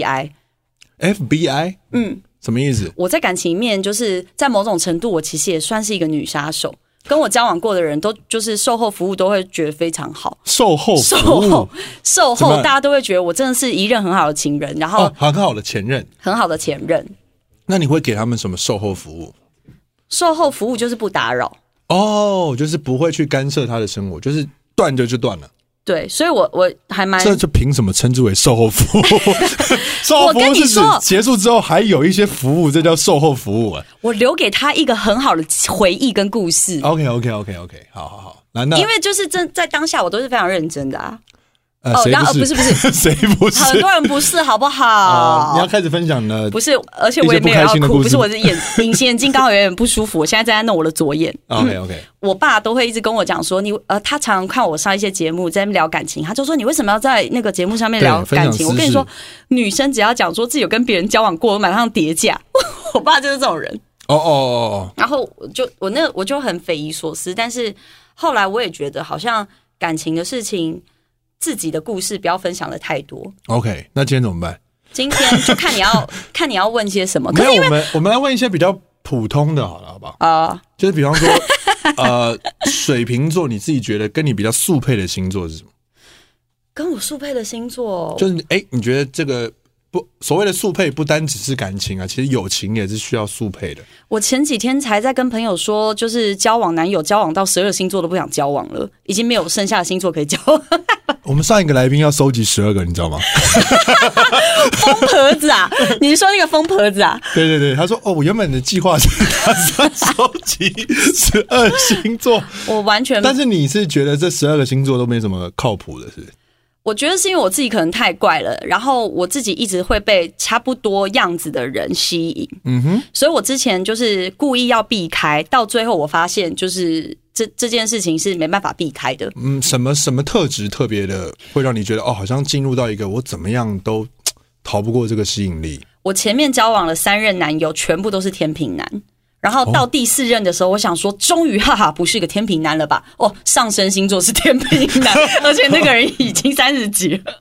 I。F B I？ 嗯，什么意思？ 我在感情里面，就是在某种程度，我其实也算是一个女杀手。跟我交往过的人都就是售后服务都会觉得非常好， 售后服务， 售后，售后大家都会觉得我真的是一任很好的情人，然后、 哦、很好的前任， 很好的前任。 那你会给他们什么售后服务？ 售后服务就是不打扰哦，就是不会去干涉他的生活，就是断就就断了。 对，所以我我还蛮这就凭什么称之为售后服务？售后服务是指结束之后还有一些服务，这叫售后服务、欸。 我留给他一个很好的回忆跟故事。 OK OK OK OK， 好好好，难道因为就是真在当下我都是非常认真的啊。 呃，谁不是？ 不是不是， 谁不是？ 很多人不是，好不好？ 呃、你要开始分享呢？ 不是，而且我也没有要哭，不是我的眼隐形眼镜刚好有点不舒服，我现在正在弄我的左眼。 OK OK，、嗯、 我爸都会一直跟我讲说，你呃，他常常看我上一些节目在那边聊感情，他就说你为什么要在那个节目上面聊感情？我跟你说，女生只要讲说自己有跟别人交往过，我马上叠价。我爸就是这种人。 哦哦哦。 然后我就我那我就很匪夷所思，但是后来我也觉得好像感情的事情。自己的故事不要分享的太多。 OK， 那今天怎么办？ 今天就看你要看你要问些什么。 没有，我们我们来问一些比较普通的，好了，好不好？啊、uh, ，就是比方说，呃，水瓶座，你自己觉得跟你比较速配的星座是什么？ 跟我速配的星座， 就是哎、欸，你觉得这个不所谓的速配，不单只是感情啊，其实友情也是需要速配的。 我前几天才在跟朋友说，就是交往男友交往到十二星座都不想交往了，已经没有剩下的星座可以交往。 我们上一个来宾要收集十二个，你知道吗？ 疯婆子啊！你是说那个疯婆子啊？ 对对对，他说哦，我原本的计划是打算收集十二星座， 我完全。 但是你是觉得这十二个星座都没什么靠谱的，是不是？ 我觉得是因为我自己可能太怪了，然后我自己一直会被差不多样子的人吸引，嗯哼，所以我之前就是故意要避开，到最后我发现就是这这件事情是没办法避开的。 嗯，什么什么特质特别的会让你觉得哦，好像进入到一个我怎么样都逃不过这个吸引力？ 我前面交往了三任男友，全部都是天秤男。然后到第四任的时候，我想说，终于哈哈不是一个天秤男了吧？哦，上升星座是天秤男，而且那个人已经三十几了。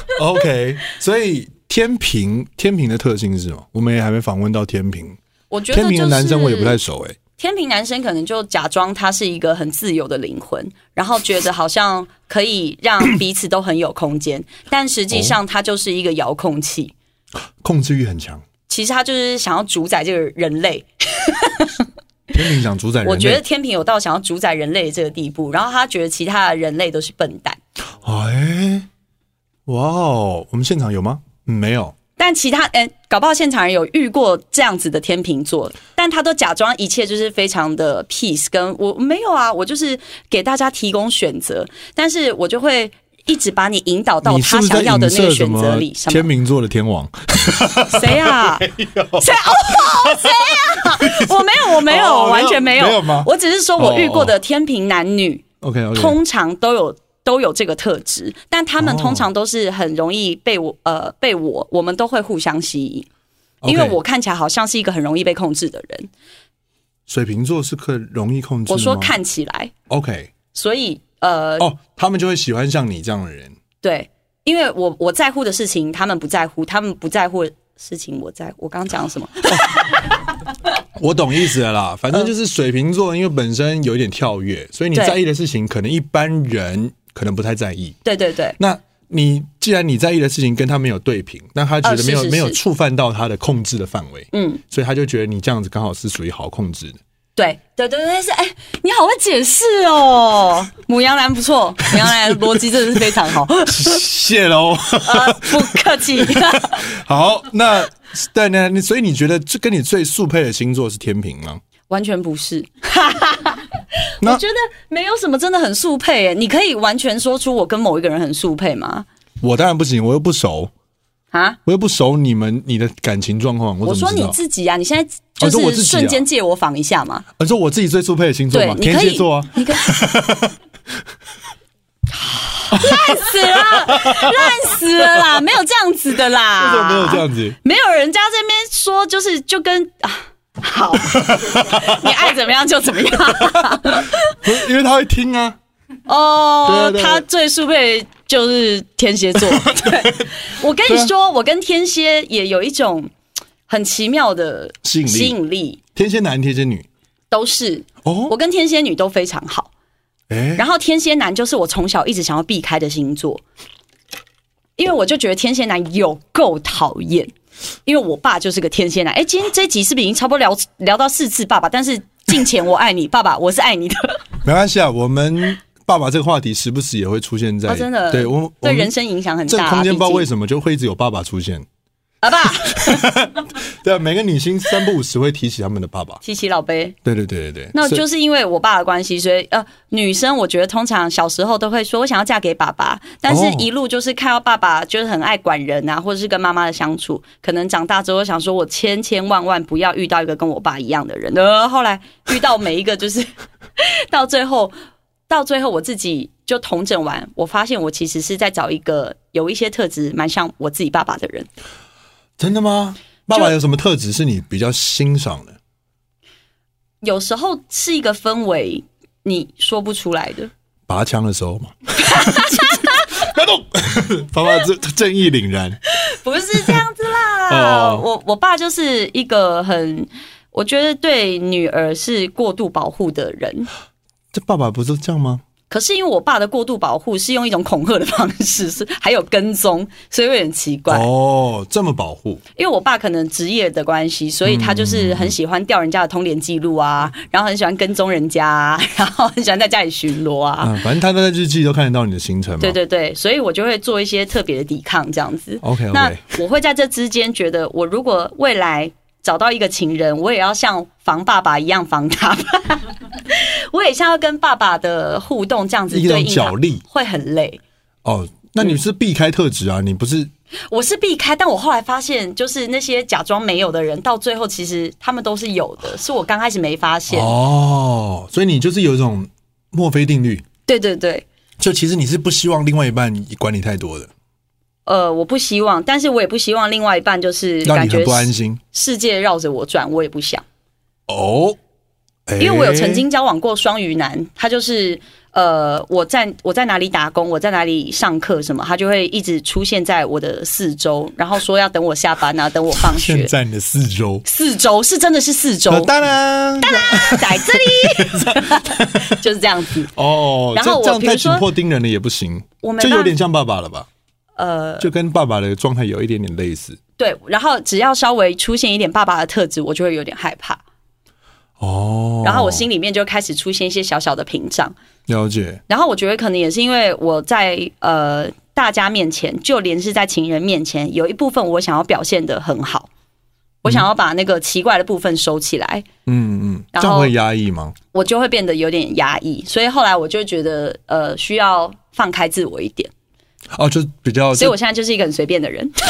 OK， 所以天秤天秤的特性是什么？我们也还没访问到天秤。 我觉得、就是、 天秤的男生我也不太熟哎、欸。 天秤男生可能就假装他是一个很自由的灵魂，然后觉得好像可以让彼此都很有空间，但实际上他就是一个遥控器， 控制欲很强。 其实他就是想要主宰这个人类。 天秤想主宰人类， 我觉得天秤有到想要主宰人类的这个地步，然后他觉得其他的人类都是笨蛋。 哎，哇哦，我们现场有吗？嗯，没有。 但其他哎，搞不好现场人有遇过这样子的天秤座，但他都假装一切就是非常的 peace， 跟我没有啊，我就是给大家提供选择，但是我就会一直把你引导到他想要的那个选择里。 天秤座的天王， 谁啊？谁哦？谁啊？我没有，我没有，我完全没有， 没有吗？ 我只是说我遇过的天秤男女 ，OK OK， 通常都有都有这个特质，但他们通常都是很容易被我呃被我我们都会互相吸引，因为我看起来好像是一个很容易被控制的人。 水瓶座是可容易控制的吗？ 我说看起来 OK， 所以呃哦，他们就会喜欢像你这样的人。 对，因为我我在乎的事情他们不在乎，他们不在乎的事情我在乎。我刚刚讲什么？ 哦我懂意思了啦，反正就是水瓶座，因为本身有一点跳跃，所以你在意的事情，可能一般人可能不太在意。 对对对。 那你既然你在意的事情跟他没有对平，那他觉得没有、 呃、是是是没有触犯到他的控制的范围， 嗯， 所以他就觉得你这样子刚好是属于好控制的。 对对对对，是哎，你好会解释哦，母羊男不错，母羊男的逻辑真的是非常好， 谢喽， 呃，不客气。 好，那对呢，所以你觉得这跟你最速配的星座是天秤吗？ 完全不是，我觉得没有什么真的很速配耶。你可以完全说出我跟某一个人很速配吗？ 我当然不行，我又不熟啊，我又不熟你们你的感情状况。我, 我说你自己啊，你现在就是瞬间借我访一下嘛。 你说我自己最速配的星座吗？天蝎座啊。你可以烂死了，烂死了啦！没有这样子的啦。 为什么没有这样子？ 没有人家这边说就是就跟啊。好，你爱怎么样就怎么样， 因为他会听啊。 哦，他最速配就是天蝎座。对，我跟你说，我跟天蝎也有一种很奇妙的吸引力。吸引力天蝎男、天蝎女都是。哦，我跟天蝎女都非常好。欸、然后天蝎男就是我从小一直想要避开的星座，因为我就觉得天蝎男有够讨厌。因为我爸就是个天蝎男，哎，今天这一集是不是已经差不多聊聊到四次爸爸？但是敬前我爱你，爸爸我是爱你的。没关系啊，我们爸爸这个话题时不时也会出现在， 哦、真的， 对我对人生影响很大、啊。 这个空间不知道为什么就会一直有爸爸出现。 爸爸， 对啊，每个女星三不五时会提起他们的爸爸， 提起老辈。 对对对对对， 那就是因为我爸的关系，所以呃，女生我觉得通常小时候都会说我想要嫁给爸爸，但是一路就是看到爸爸就是很爱管人啊，或者是跟妈妈的相处，可能长大之后想说我千千万万不要遇到一个跟我爸一样的人，呃，后来遇到每一个就是到最后，到最后我自己就统整完，我发现我其实是在找一个有一些特质蛮像我自己爸爸的人。 真的吗？爸爸有什么特质是你比较欣赏的？ 有时候是一个氛围，你说不出来的。 拔枪的时候嘛，不要动，爸爸正义凛然。 不是这样子啦，哦、我我爸就是一个很，我觉得对女儿是过度保护的人。 这爸爸不是这样吗？ 可是因为我爸的过度保护是用一种恐吓的方式，是还有跟踪，所以有点奇怪。 哦，这么保护？ 因为我爸可能职业的关系，所以他就是很喜欢调人家的通联记录啊，然后很喜欢跟踪人家、啊，然后很喜欢在家里巡逻啊。 嗯，反正他在日记都看得到你的行程嘛。 对对对，所以我就会做一些特别的抵抗，这样子。 OK OK。 那我会在这之间觉得，我如果未来找到一个情人，我也要像防爸爸一样防他。我也像要跟爸爸的互动这样子对应，角力会很累。 哦，那你是避开特质啊、嗯？你不是？ 我是避开，但我后来发现，就是那些假装没有的人，到最后其实他们都是有的，是我刚开始没发现。 哦，所以你就是有一种墨菲定律。 对对对， 就其实你是不希望另外一半管你太多的。 呃，我不希望，但是我也不希望另外一半就是让你很不安心， 世界绕着我转，我也不想。 哦。 因为我有曾经交往过双鱼男，他就是呃，我在我在哪里打工，我在哪里上课什么，他就会一直出现在我的四周，然后说要等我下班啊，等我放学。 现在你的四周， 四周是真的是四周， 当然， 当然在这里，就是这样子。 哦，然后我这样太紧迫盯人了也不行，就有点像爸爸了吧？呃，就跟爸爸的状态有一点点类似。 对，然后只要稍微出现一点爸爸的特质，我就会有点害怕。哦，然后我心里面就开始出现一些小小的屏障。 了解。 然后我觉得可能也是因为我在呃大家面前，就连是在情人面前，有一部分我想要表现得很好，我想要把那个奇怪的部分收起来。嗯嗯， 这样会压抑吗？ 我就会变得有点压抑，所以后来我就觉得呃需要放开自我一点。 哦，就比较， 所以我现在就是一个很随便的人。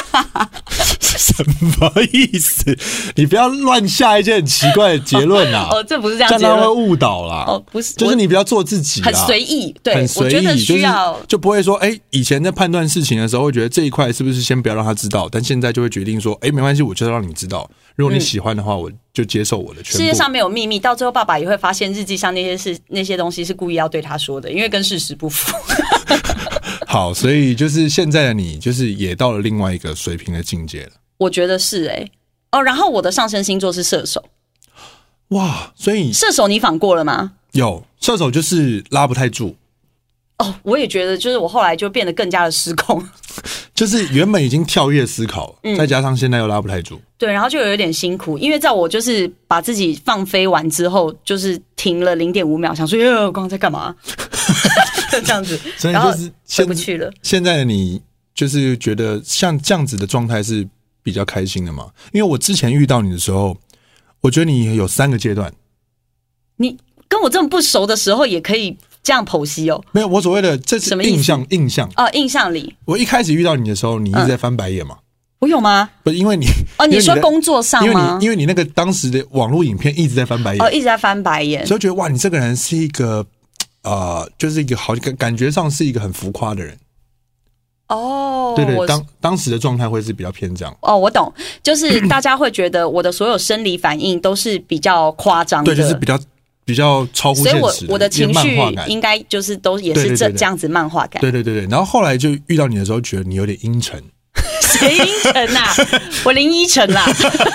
什么意思？你不要乱下一些很奇怪的结论啊！ 哦，这不是这样结论， 这样他会误导啦。 哦，不是， 就是你比较做自己， 很随意，对， 很随意， 我觉得需要、 就是、就不会说，哎、欸，以前在判断事情的时候，会觉得这一块是不是先不要让他知道，但现在就会决定说，哎、欸，没关系，我就让你知道。如果你喜欢的话，嗯、我就接受我的全部。 世界上没有秘密，到最后爸爸也会发现日记上那些事、那些东西是故意要对他说的，因为跟事实不符。 好，所以就是现在的你，就是也到了另外一个水平的境界了。 我觉得是哎、欸，哦，然后我的上升星座是射手。 哇，所以射手你访过了吗？ 有，射手就是拉不太住。 哦，我也觉得，就是我后来就变得更加的失控， 就是原本已经跳跃思考，嗯、再加上现在又拉不太住， 对，然后就有点辛苦，因为在我就是把自己放飞完之后，就是停了零点五秒，想说，哎，我刚刚在干嘛？这样子， 所以就是回不去了。 现在的你就是觉得像这样子的状态是比较开心的嘛？因为我之前遇到你的时候，我觉得你有三个阶段， 你跟我这么不熟的时候也可以这样剖析哦。 没有，我所谓的这是印象，印象哦，印象里。 我一开始遇到你的时候，你一直在翻白眼嘛？嗯、 我有吗？ 不是，因为你哦，你说工作上吗？ 因为你因为你那个当时的网络影片一直在翻白眼， 哦，一直在翻白眼， 所以觉得哇，你这个人是一个呃，就是一个好感觉上是一个很浮夸的人。 哦， 对对，当当时的状态会是比较偏这样。 哦，我懂，就是大家会觉得我的所有生理反应都是比较夸张的， 对，就是比较比较超乎现实的， 所以我我的情绪应该就是都也是这这样子漫画感。 对对对对，然后后来就遇到你的时候，觉得你有点阴沉。 谁阴沉呐？我林依晨啦。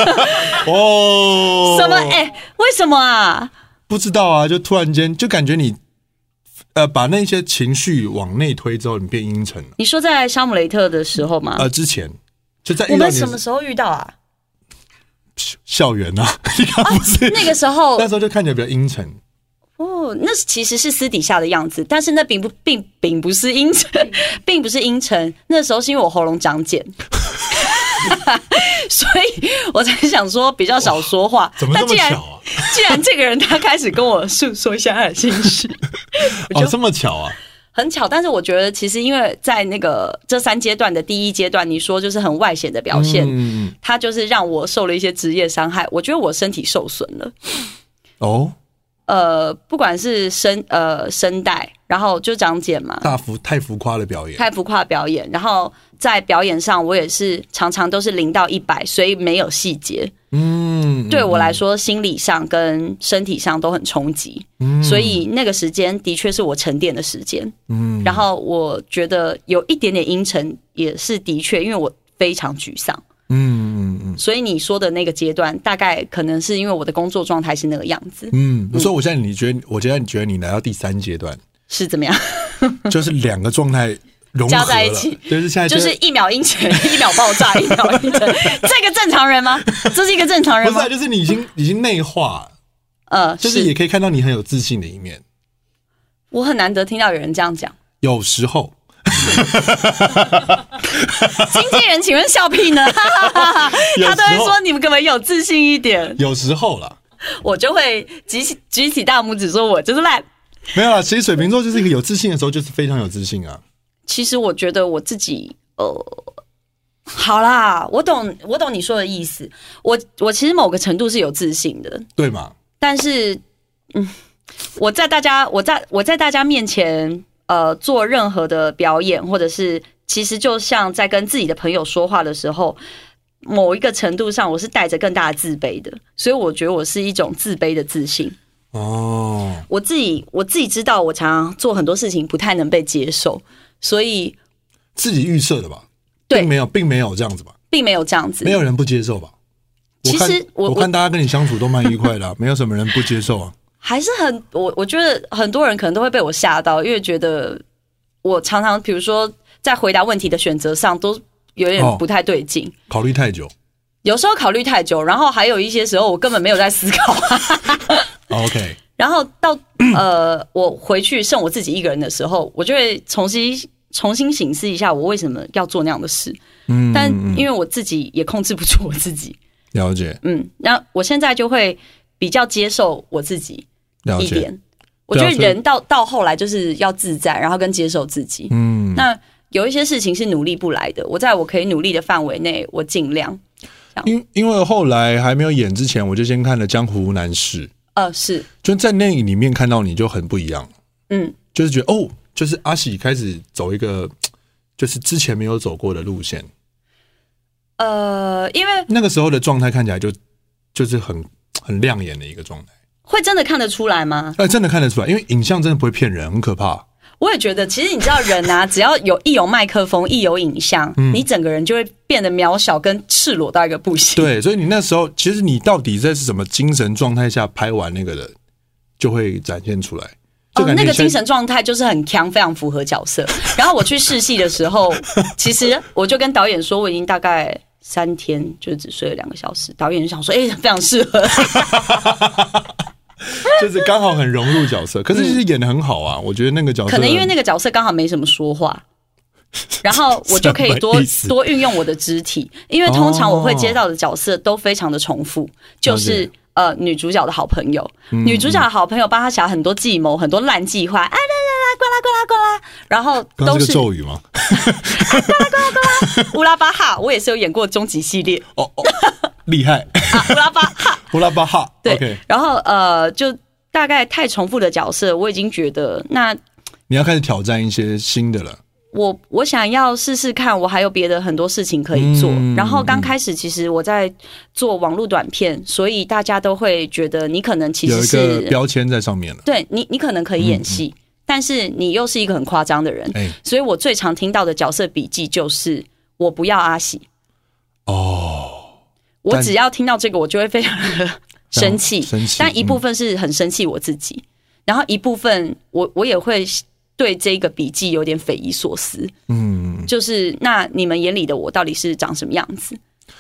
哦， 什么？哎、欸，为什么啊？ 不知道啊，就突然间就感觉你。呃，把那些情绪往内推之后，你变阴沉了。 你说在沙姆雷特的时候吗？ 呃，之前就在遇到我们什么时候遇到啊？ 校园啊，你看不是、 啊、那个时候， 那时候就看起来比较阴沉。 哦，那其实是私底下的样子，但是那并不并并不是阴沉，并不是阴沉。那时候是因为我喉咙长茧。所以我才想说比较少说话， 怎么这么巧啊？ 既然这个人他开始跟我诉说一下他的心事， 哦，这么巧啊， 很巧。但是我觉得其实因为在那个这三阶段的第一阶段，你说就是很外显的表现，嗯，他就是让我受了一些职业伤害，我觉得我身体受损了。 哦。 呃，不管是声呃声带，然后就长茧嘛， 大浮太浮夸的表演， 太浮夸的表演，然后在表演上，我也是常常都是零到一百，所以没有细节。嗯，对我来说，心理上跟身体上都很冲击。嗯，所以那个时间的确是我沉淀的时间。嗯，然后我觉得有一点点阴沉，也是的确，因为我非常沮丧。嗯嗯嗯，所以你说的那个阶段，大概可能是因为我的工作状态是那个样子。嗯， 所以我现在你觉得，我现在你觉得你来到第三阶段是怎么样？ 就是两个状态融合加在一起， 就是现在就是一秒阴沉，一秒爆炸，一秒阴沉，这个正常人吗？这是一个正常人吗？ 不是、啊，就是你已经已经内化，呃，就是也可以看到你很有自信的一面。 我很难得听到有人这样讲， 有时候。 经纪人，请问笑屁呢？他都会说你们可不可以有自信一点？ 有时候啦， 我就会举起举起大拇指说我就是烂。 没有啦，其实水瓶座就是一个有自信的时候，就是非常有自信啊。 其实我觉得我自己，呃，好啦，我懂，我懂你说的意思。我我其实某个程度是有自信的， 对嘛？ 但是，嗯，我在大家，我在我在大家面前。呃，做任何的表演，或者是其实就像在跟自己的朋友说话的时候，某一个程度上，我是带着更大的自卑的，所以我觉得我是一种自卑的自信。哦，我自己我自己知道，我常常做很多事情不太能被接受，所以自己预设的吧？ 对， 并没有，并没有这样子吧？ 并没有这样子， 没有人不接受吧？ 其实我我, 我看大家跟你相处都蛮愉快的、啊，没有什么人不接受啊。 还是很我我觉得很多人可能都会被我吓到，因为觉得我常常比如说在回答问题的选择上都有点不太对劲、哦， 考虑太久， 有时候考虑太久，然后还有一些时候我根本没有在思考。 OK， 然后到呃我回去剩我自己一个人的时候，我就会重新重新省思一下我为什么要做那样的事。嗯，但因为我自己也控制不住我自己， 了解。 嗯，那我现在就会比较接受我自己。一点，我觉得人到到后来就是要自在，然后跟接受自己。嗯，那有一些事情是努力不来的，我在我可以努力的范围内，我尽量。 因因为后来还没有演之前，我就先看了《江湖男士》。 呃，是， 就在那里面看到你就很不一样。嗯，就是觉得哦，就是阿喜开始走一个就是之前没有走过的路线。 呃，因为那个时候的状态看起来就就是很很亮眼的一个状态。 会真的看得出来吗？ 呃，真的看得出来，因为影像真的不会骗人，很可怕。 我也觉得，其实你知道人啊，只要有一有麦克风，一有影像，嗯、你整个人就会变得渺小跟赤裸到一个不行。 对，所以你那时候其实你到底在什么精神状态下拍完那个的，就会展现出来。 哦，那个精神状态就是很强，非常符合角色。然后我去试戏的时候，其实我就跟导演说，我已经大概三天就只睡了两个小时。导演就想说，哎、欸，非常适合。 就是刚好很融入角色，可是其实演得很好啊，我觉得那个角色可能因为那个角色刚好没什么说话，然后我就可以多多运用我的肢体，因为通常我会接到的角色都非常的重复，就是呃女主角的好朋友，嗯、女主角的好朋友帮她想很多计谋，很多烂计划，啊啦啦啦，呱啦呱啦呱啦，然后都是咒语吗？ 呱啦呱啦呱啦，乌拉巴哈，我也是有演过终极系列， 哦哦，厉害啊，乌拉巴哈。 乌拉巴哈， 对， okay. 然后呃，就大概太重复的角色，我已经觉得那你要开始挑战一些新的了。 我我想要试试看，我还有别的很多事情可以做。嗯、然后刚开始其实我在做网络短片，所以大家都会觉得你可能其实是有一个标签在上面了。 对你，你可能可以演戏，嗯嗯但是你又是一个很夸张的人，欸、所以我最常听到的角色笔记就是我不要阿喜。哦。我只要听到这个，我就会非常的生气，生气。但一部分是很生气我自己，嗯、然后一部分我我也会对这个笔记有点匪夷所思。嗯，就是那你们眼里的我到底是长什么样子？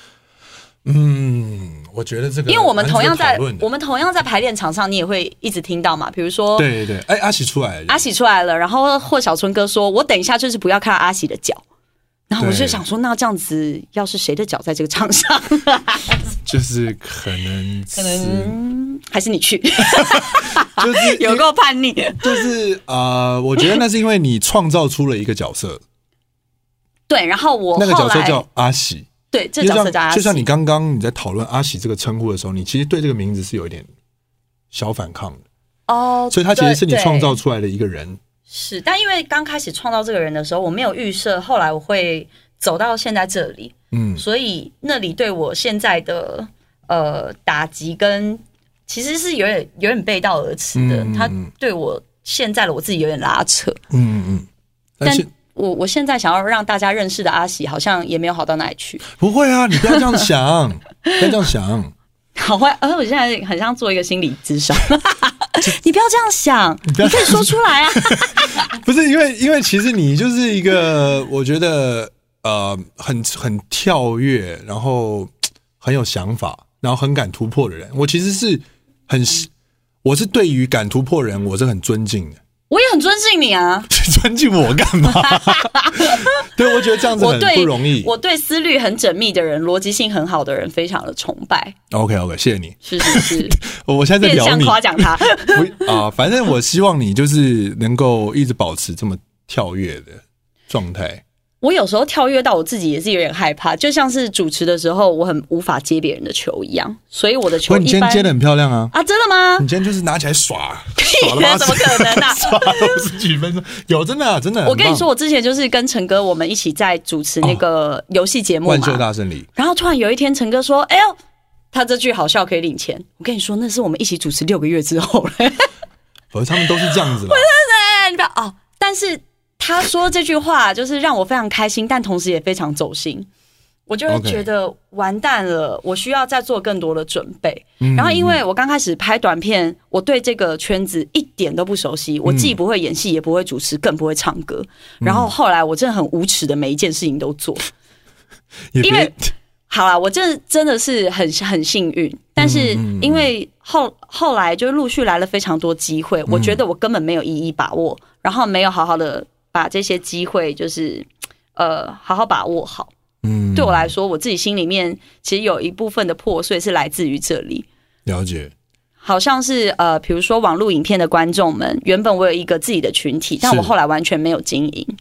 嗯，我觉得这个， 因为我们同样在我们同样在排练场上，你也会一直听到嘛。比如说， 对对对，哎，阿喜出来了， 阿喜出来了，然后或小春哥说：“我等一下就是不要看到阿喜的脚。”然后我就想说，那这样子，要是谁的脚在这个场上， 就是可能可能还是你去， 就是有够叛逆。 就是啊、呃，我觉得那是因为你创造出了一个角色， 对。然后我那个角色叫阿喜， 对，这个角色叫阿喜。 就像你刚刚你在讨论阿喜这个称呼的时候，你其实对这个名字是有一点小反抗的哦，所以他其实是你创造出来的一个人。 是，但因为刚开始创造这个人的时候，我没有预设，后来我会走到现在这里，嗯，所以那里对我现在的呃打击跟其实是有点有点背道而驰的，嗯嗯嗯他对我现在的我自己有点拉扯，嗯嗯，但我我现在想要让大家认识的阿喜，好像也没有好到哪里去。 不会啊，你不要这样想，不要这样想。 好坏，而我现在很像做一个心理咨商。你不要这样想，你, 你可以说出来啊。 不是因为，因为其实你就是一个，我觉得呃，很很跳跃，然后很有想法，然后很敢突破的人。我其实是很，我是对于敢突破人，我是很尊敬的。 我也很尊敬你啊！ 尊敬我干嘛？对，我觉得这样子很不容易。 我 对, 我对思虑很缜密的人，逻辑性很好的人，非常的崇拜。 OK OK， 谢谢你。 是是是， 我现在在聊你， 变相夸奖他。 啊、呃，反正我希望你就是能够一直保持这么跳跃的状态。 我有时候跳跃到我自己也是有点害怕，就像是主持的时候，我很无法接别人的球一样，所以我的球一般。 你今天接的很漂亮啊！ 啊，真的吗？ 你今天就是拿起来耍，耍了怎么可能啊？ 耍了五十几分钟，有真的、啊、真的。 我跟你说，我之前就是跟陈哥我们一起在主持那个游戏节目嘛， 万秀大胜利。然后突然有一天，陈哥说：“哎呦，他这句好笑可以领钱。”我跟你说，那是我们一起主持六个月之后了。 可是他们都是这样子啦。 你不要哦，但是。他说这句话就是让我非常开心，但同时也非常走心。我就会觉得完蛋了，我需要再做更多的准备。嗯、然后因为我刚开始拍短片，我对这个圈子一点都不熟悉，我既不会演戏，也不会主持，更不会唱歌。然后后来我真的很无耻的每一件事情都做，因为好啦，我真真的是很很幸运，但是因为后后来就陆续来了非常多机会，我觉得我根本没有一一把握，然后没有好好的。把这些机会就是呃好好把握好，嗯，对我来说，我自己心里面其实有一部分的破碎是来自于这里。 了解， 好像是呃，比如说网络影片的观众们，原本我有一个自己的群体，但我后来完全没有经营，嗯，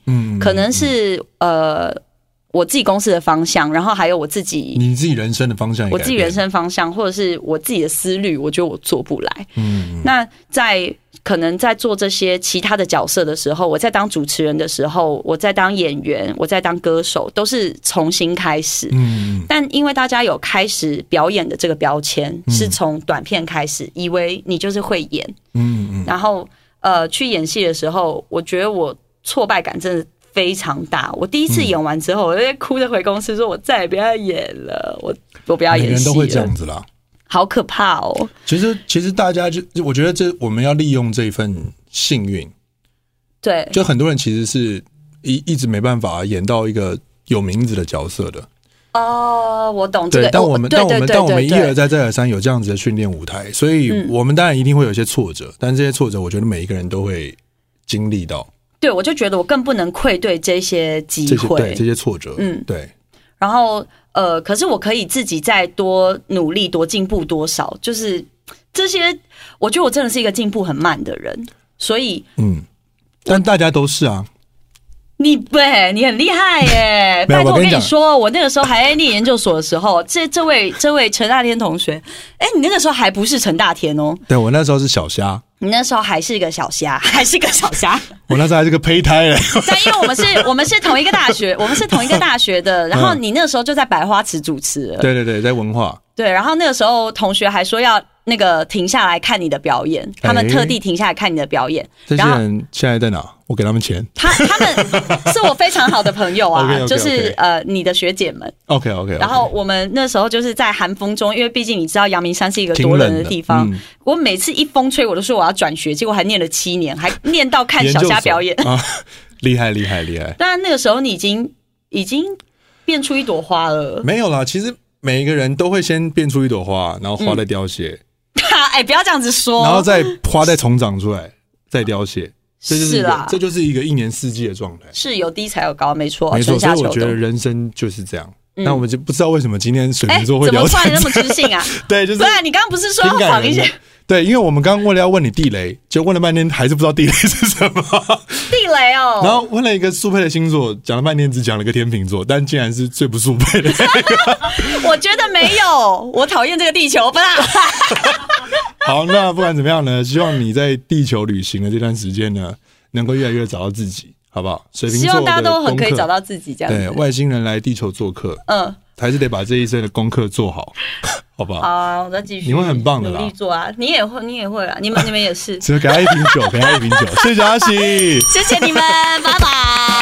可能是呃我自己公司的方向，然后还有我自己你自己人生的方向也改变， 我自己人生方向，或者是我自己的思虑，我觉得我做不来。嗯，那在可能在做这些其他的角色的时候，我在当主持人的时候，我在当演员，我在当歌手，都是重新开始。嗯，但因为大家有开始表演的这个标签，嗯、是从短片开始，以为你就是会演。嗯嗯，然后呃，去演戏的时候，我觉得我挫败感真的非常大。我第一次演完之后，我就哭着回公司说：“我再也不要演了，我我不要演戏了。”每个人都会这样子啦。 好可怕哦！ 其实，其实大家就我觉得这我们要利用这份幸运， 对， 就很多人其实是一一直没办法演到一个有名字的角色的。 哦，我懂这个。 对，但我们但我们但我们一而再再而三有这样子的训练舞台，所以我们当然一定会有一些挫折，但这些挫折，我觉得每一个人都会经历到。 对，我就觉得我更不能愧对这些机会， 对这些挫折，嗯，对。 然后呃，可是我可以自己再多努力、多进步多少，就是这些，我觉得我真的是一个进步很慢的人，所以嗯，但大家都是啊。 你对，你很厉害耶！拜托，我跟你说，我那个时候还在念研究所的时候，这这位这位陈大天同学，哎，你那个时候还不是陈大天哦， 对我那时候是小虾。 你那时候还是一个小虾，还是个小虾。 我那时候还是个胚胎嘞。 但因为我们是，我们是同一个大学，我们是同一个大学的。然后你那个时候就在百花池主持了。 对对对，在文化。 对，然后那个时候同学还说要那个停下来看你的表演，他们特地停下来看你的表演。 这些人现在在哪？我给他们钱。 他他们是我非常好的朋友啊， okay, okay, okay. 就是呃你的学姐们。 OK OK。 然后我们那时候就是在寒风中，因为毕竟你知道阳明山是一个多冷的地方。嗯、我每次一风吹，我都说我要转学，结果还念了七年，还念到看小虾表演。 啊，厉害厉害厉害！ 当然那个时候你已经已经变出一朵花了。 没有啦，其实每一个人都会先变出一朵花，然后花再凋谢。 哎、嗯，不要这样子说。 然后再花再重长出来，再凋谢。这就是一个，这就是一个一年四季的状态。 是有低才有高，没错， 没错。所以我觉得人生就是这样。嗯、那我们就不知道为什么今天水瓶座会聊、欸、 怎么突然那么知性啊？ 对，就是。 对啊，你刚刚不是说要仿一些？ 对，因为我们刚刚为了要问你地雷，就问了半天，还是不知道地雷是什么。 地雷哦。 然后问了一个速配的星座，讲了半天只讲了个天秤座，但竟然是最不速配的那个。 我觉得没有，我讨厌这个地球，不啦。 好，那不管怎么样呢，希望你在地球旅行的这段时间呢，能够越来越找到自己，好不好？水瓶座的功课，希望大家都很可以找到自己，这样子。 对，外星人来地球做客，嗯，还是得把这一生的功课做好，好不好？ 好啊，我再继续， 你会很棒的啦， 努力做啊，你也会，你也会啊，你们你们也是。 只给他一瓶酒，给他一瓶酒，谢谢阿喜， 谢谢你们，拜拜。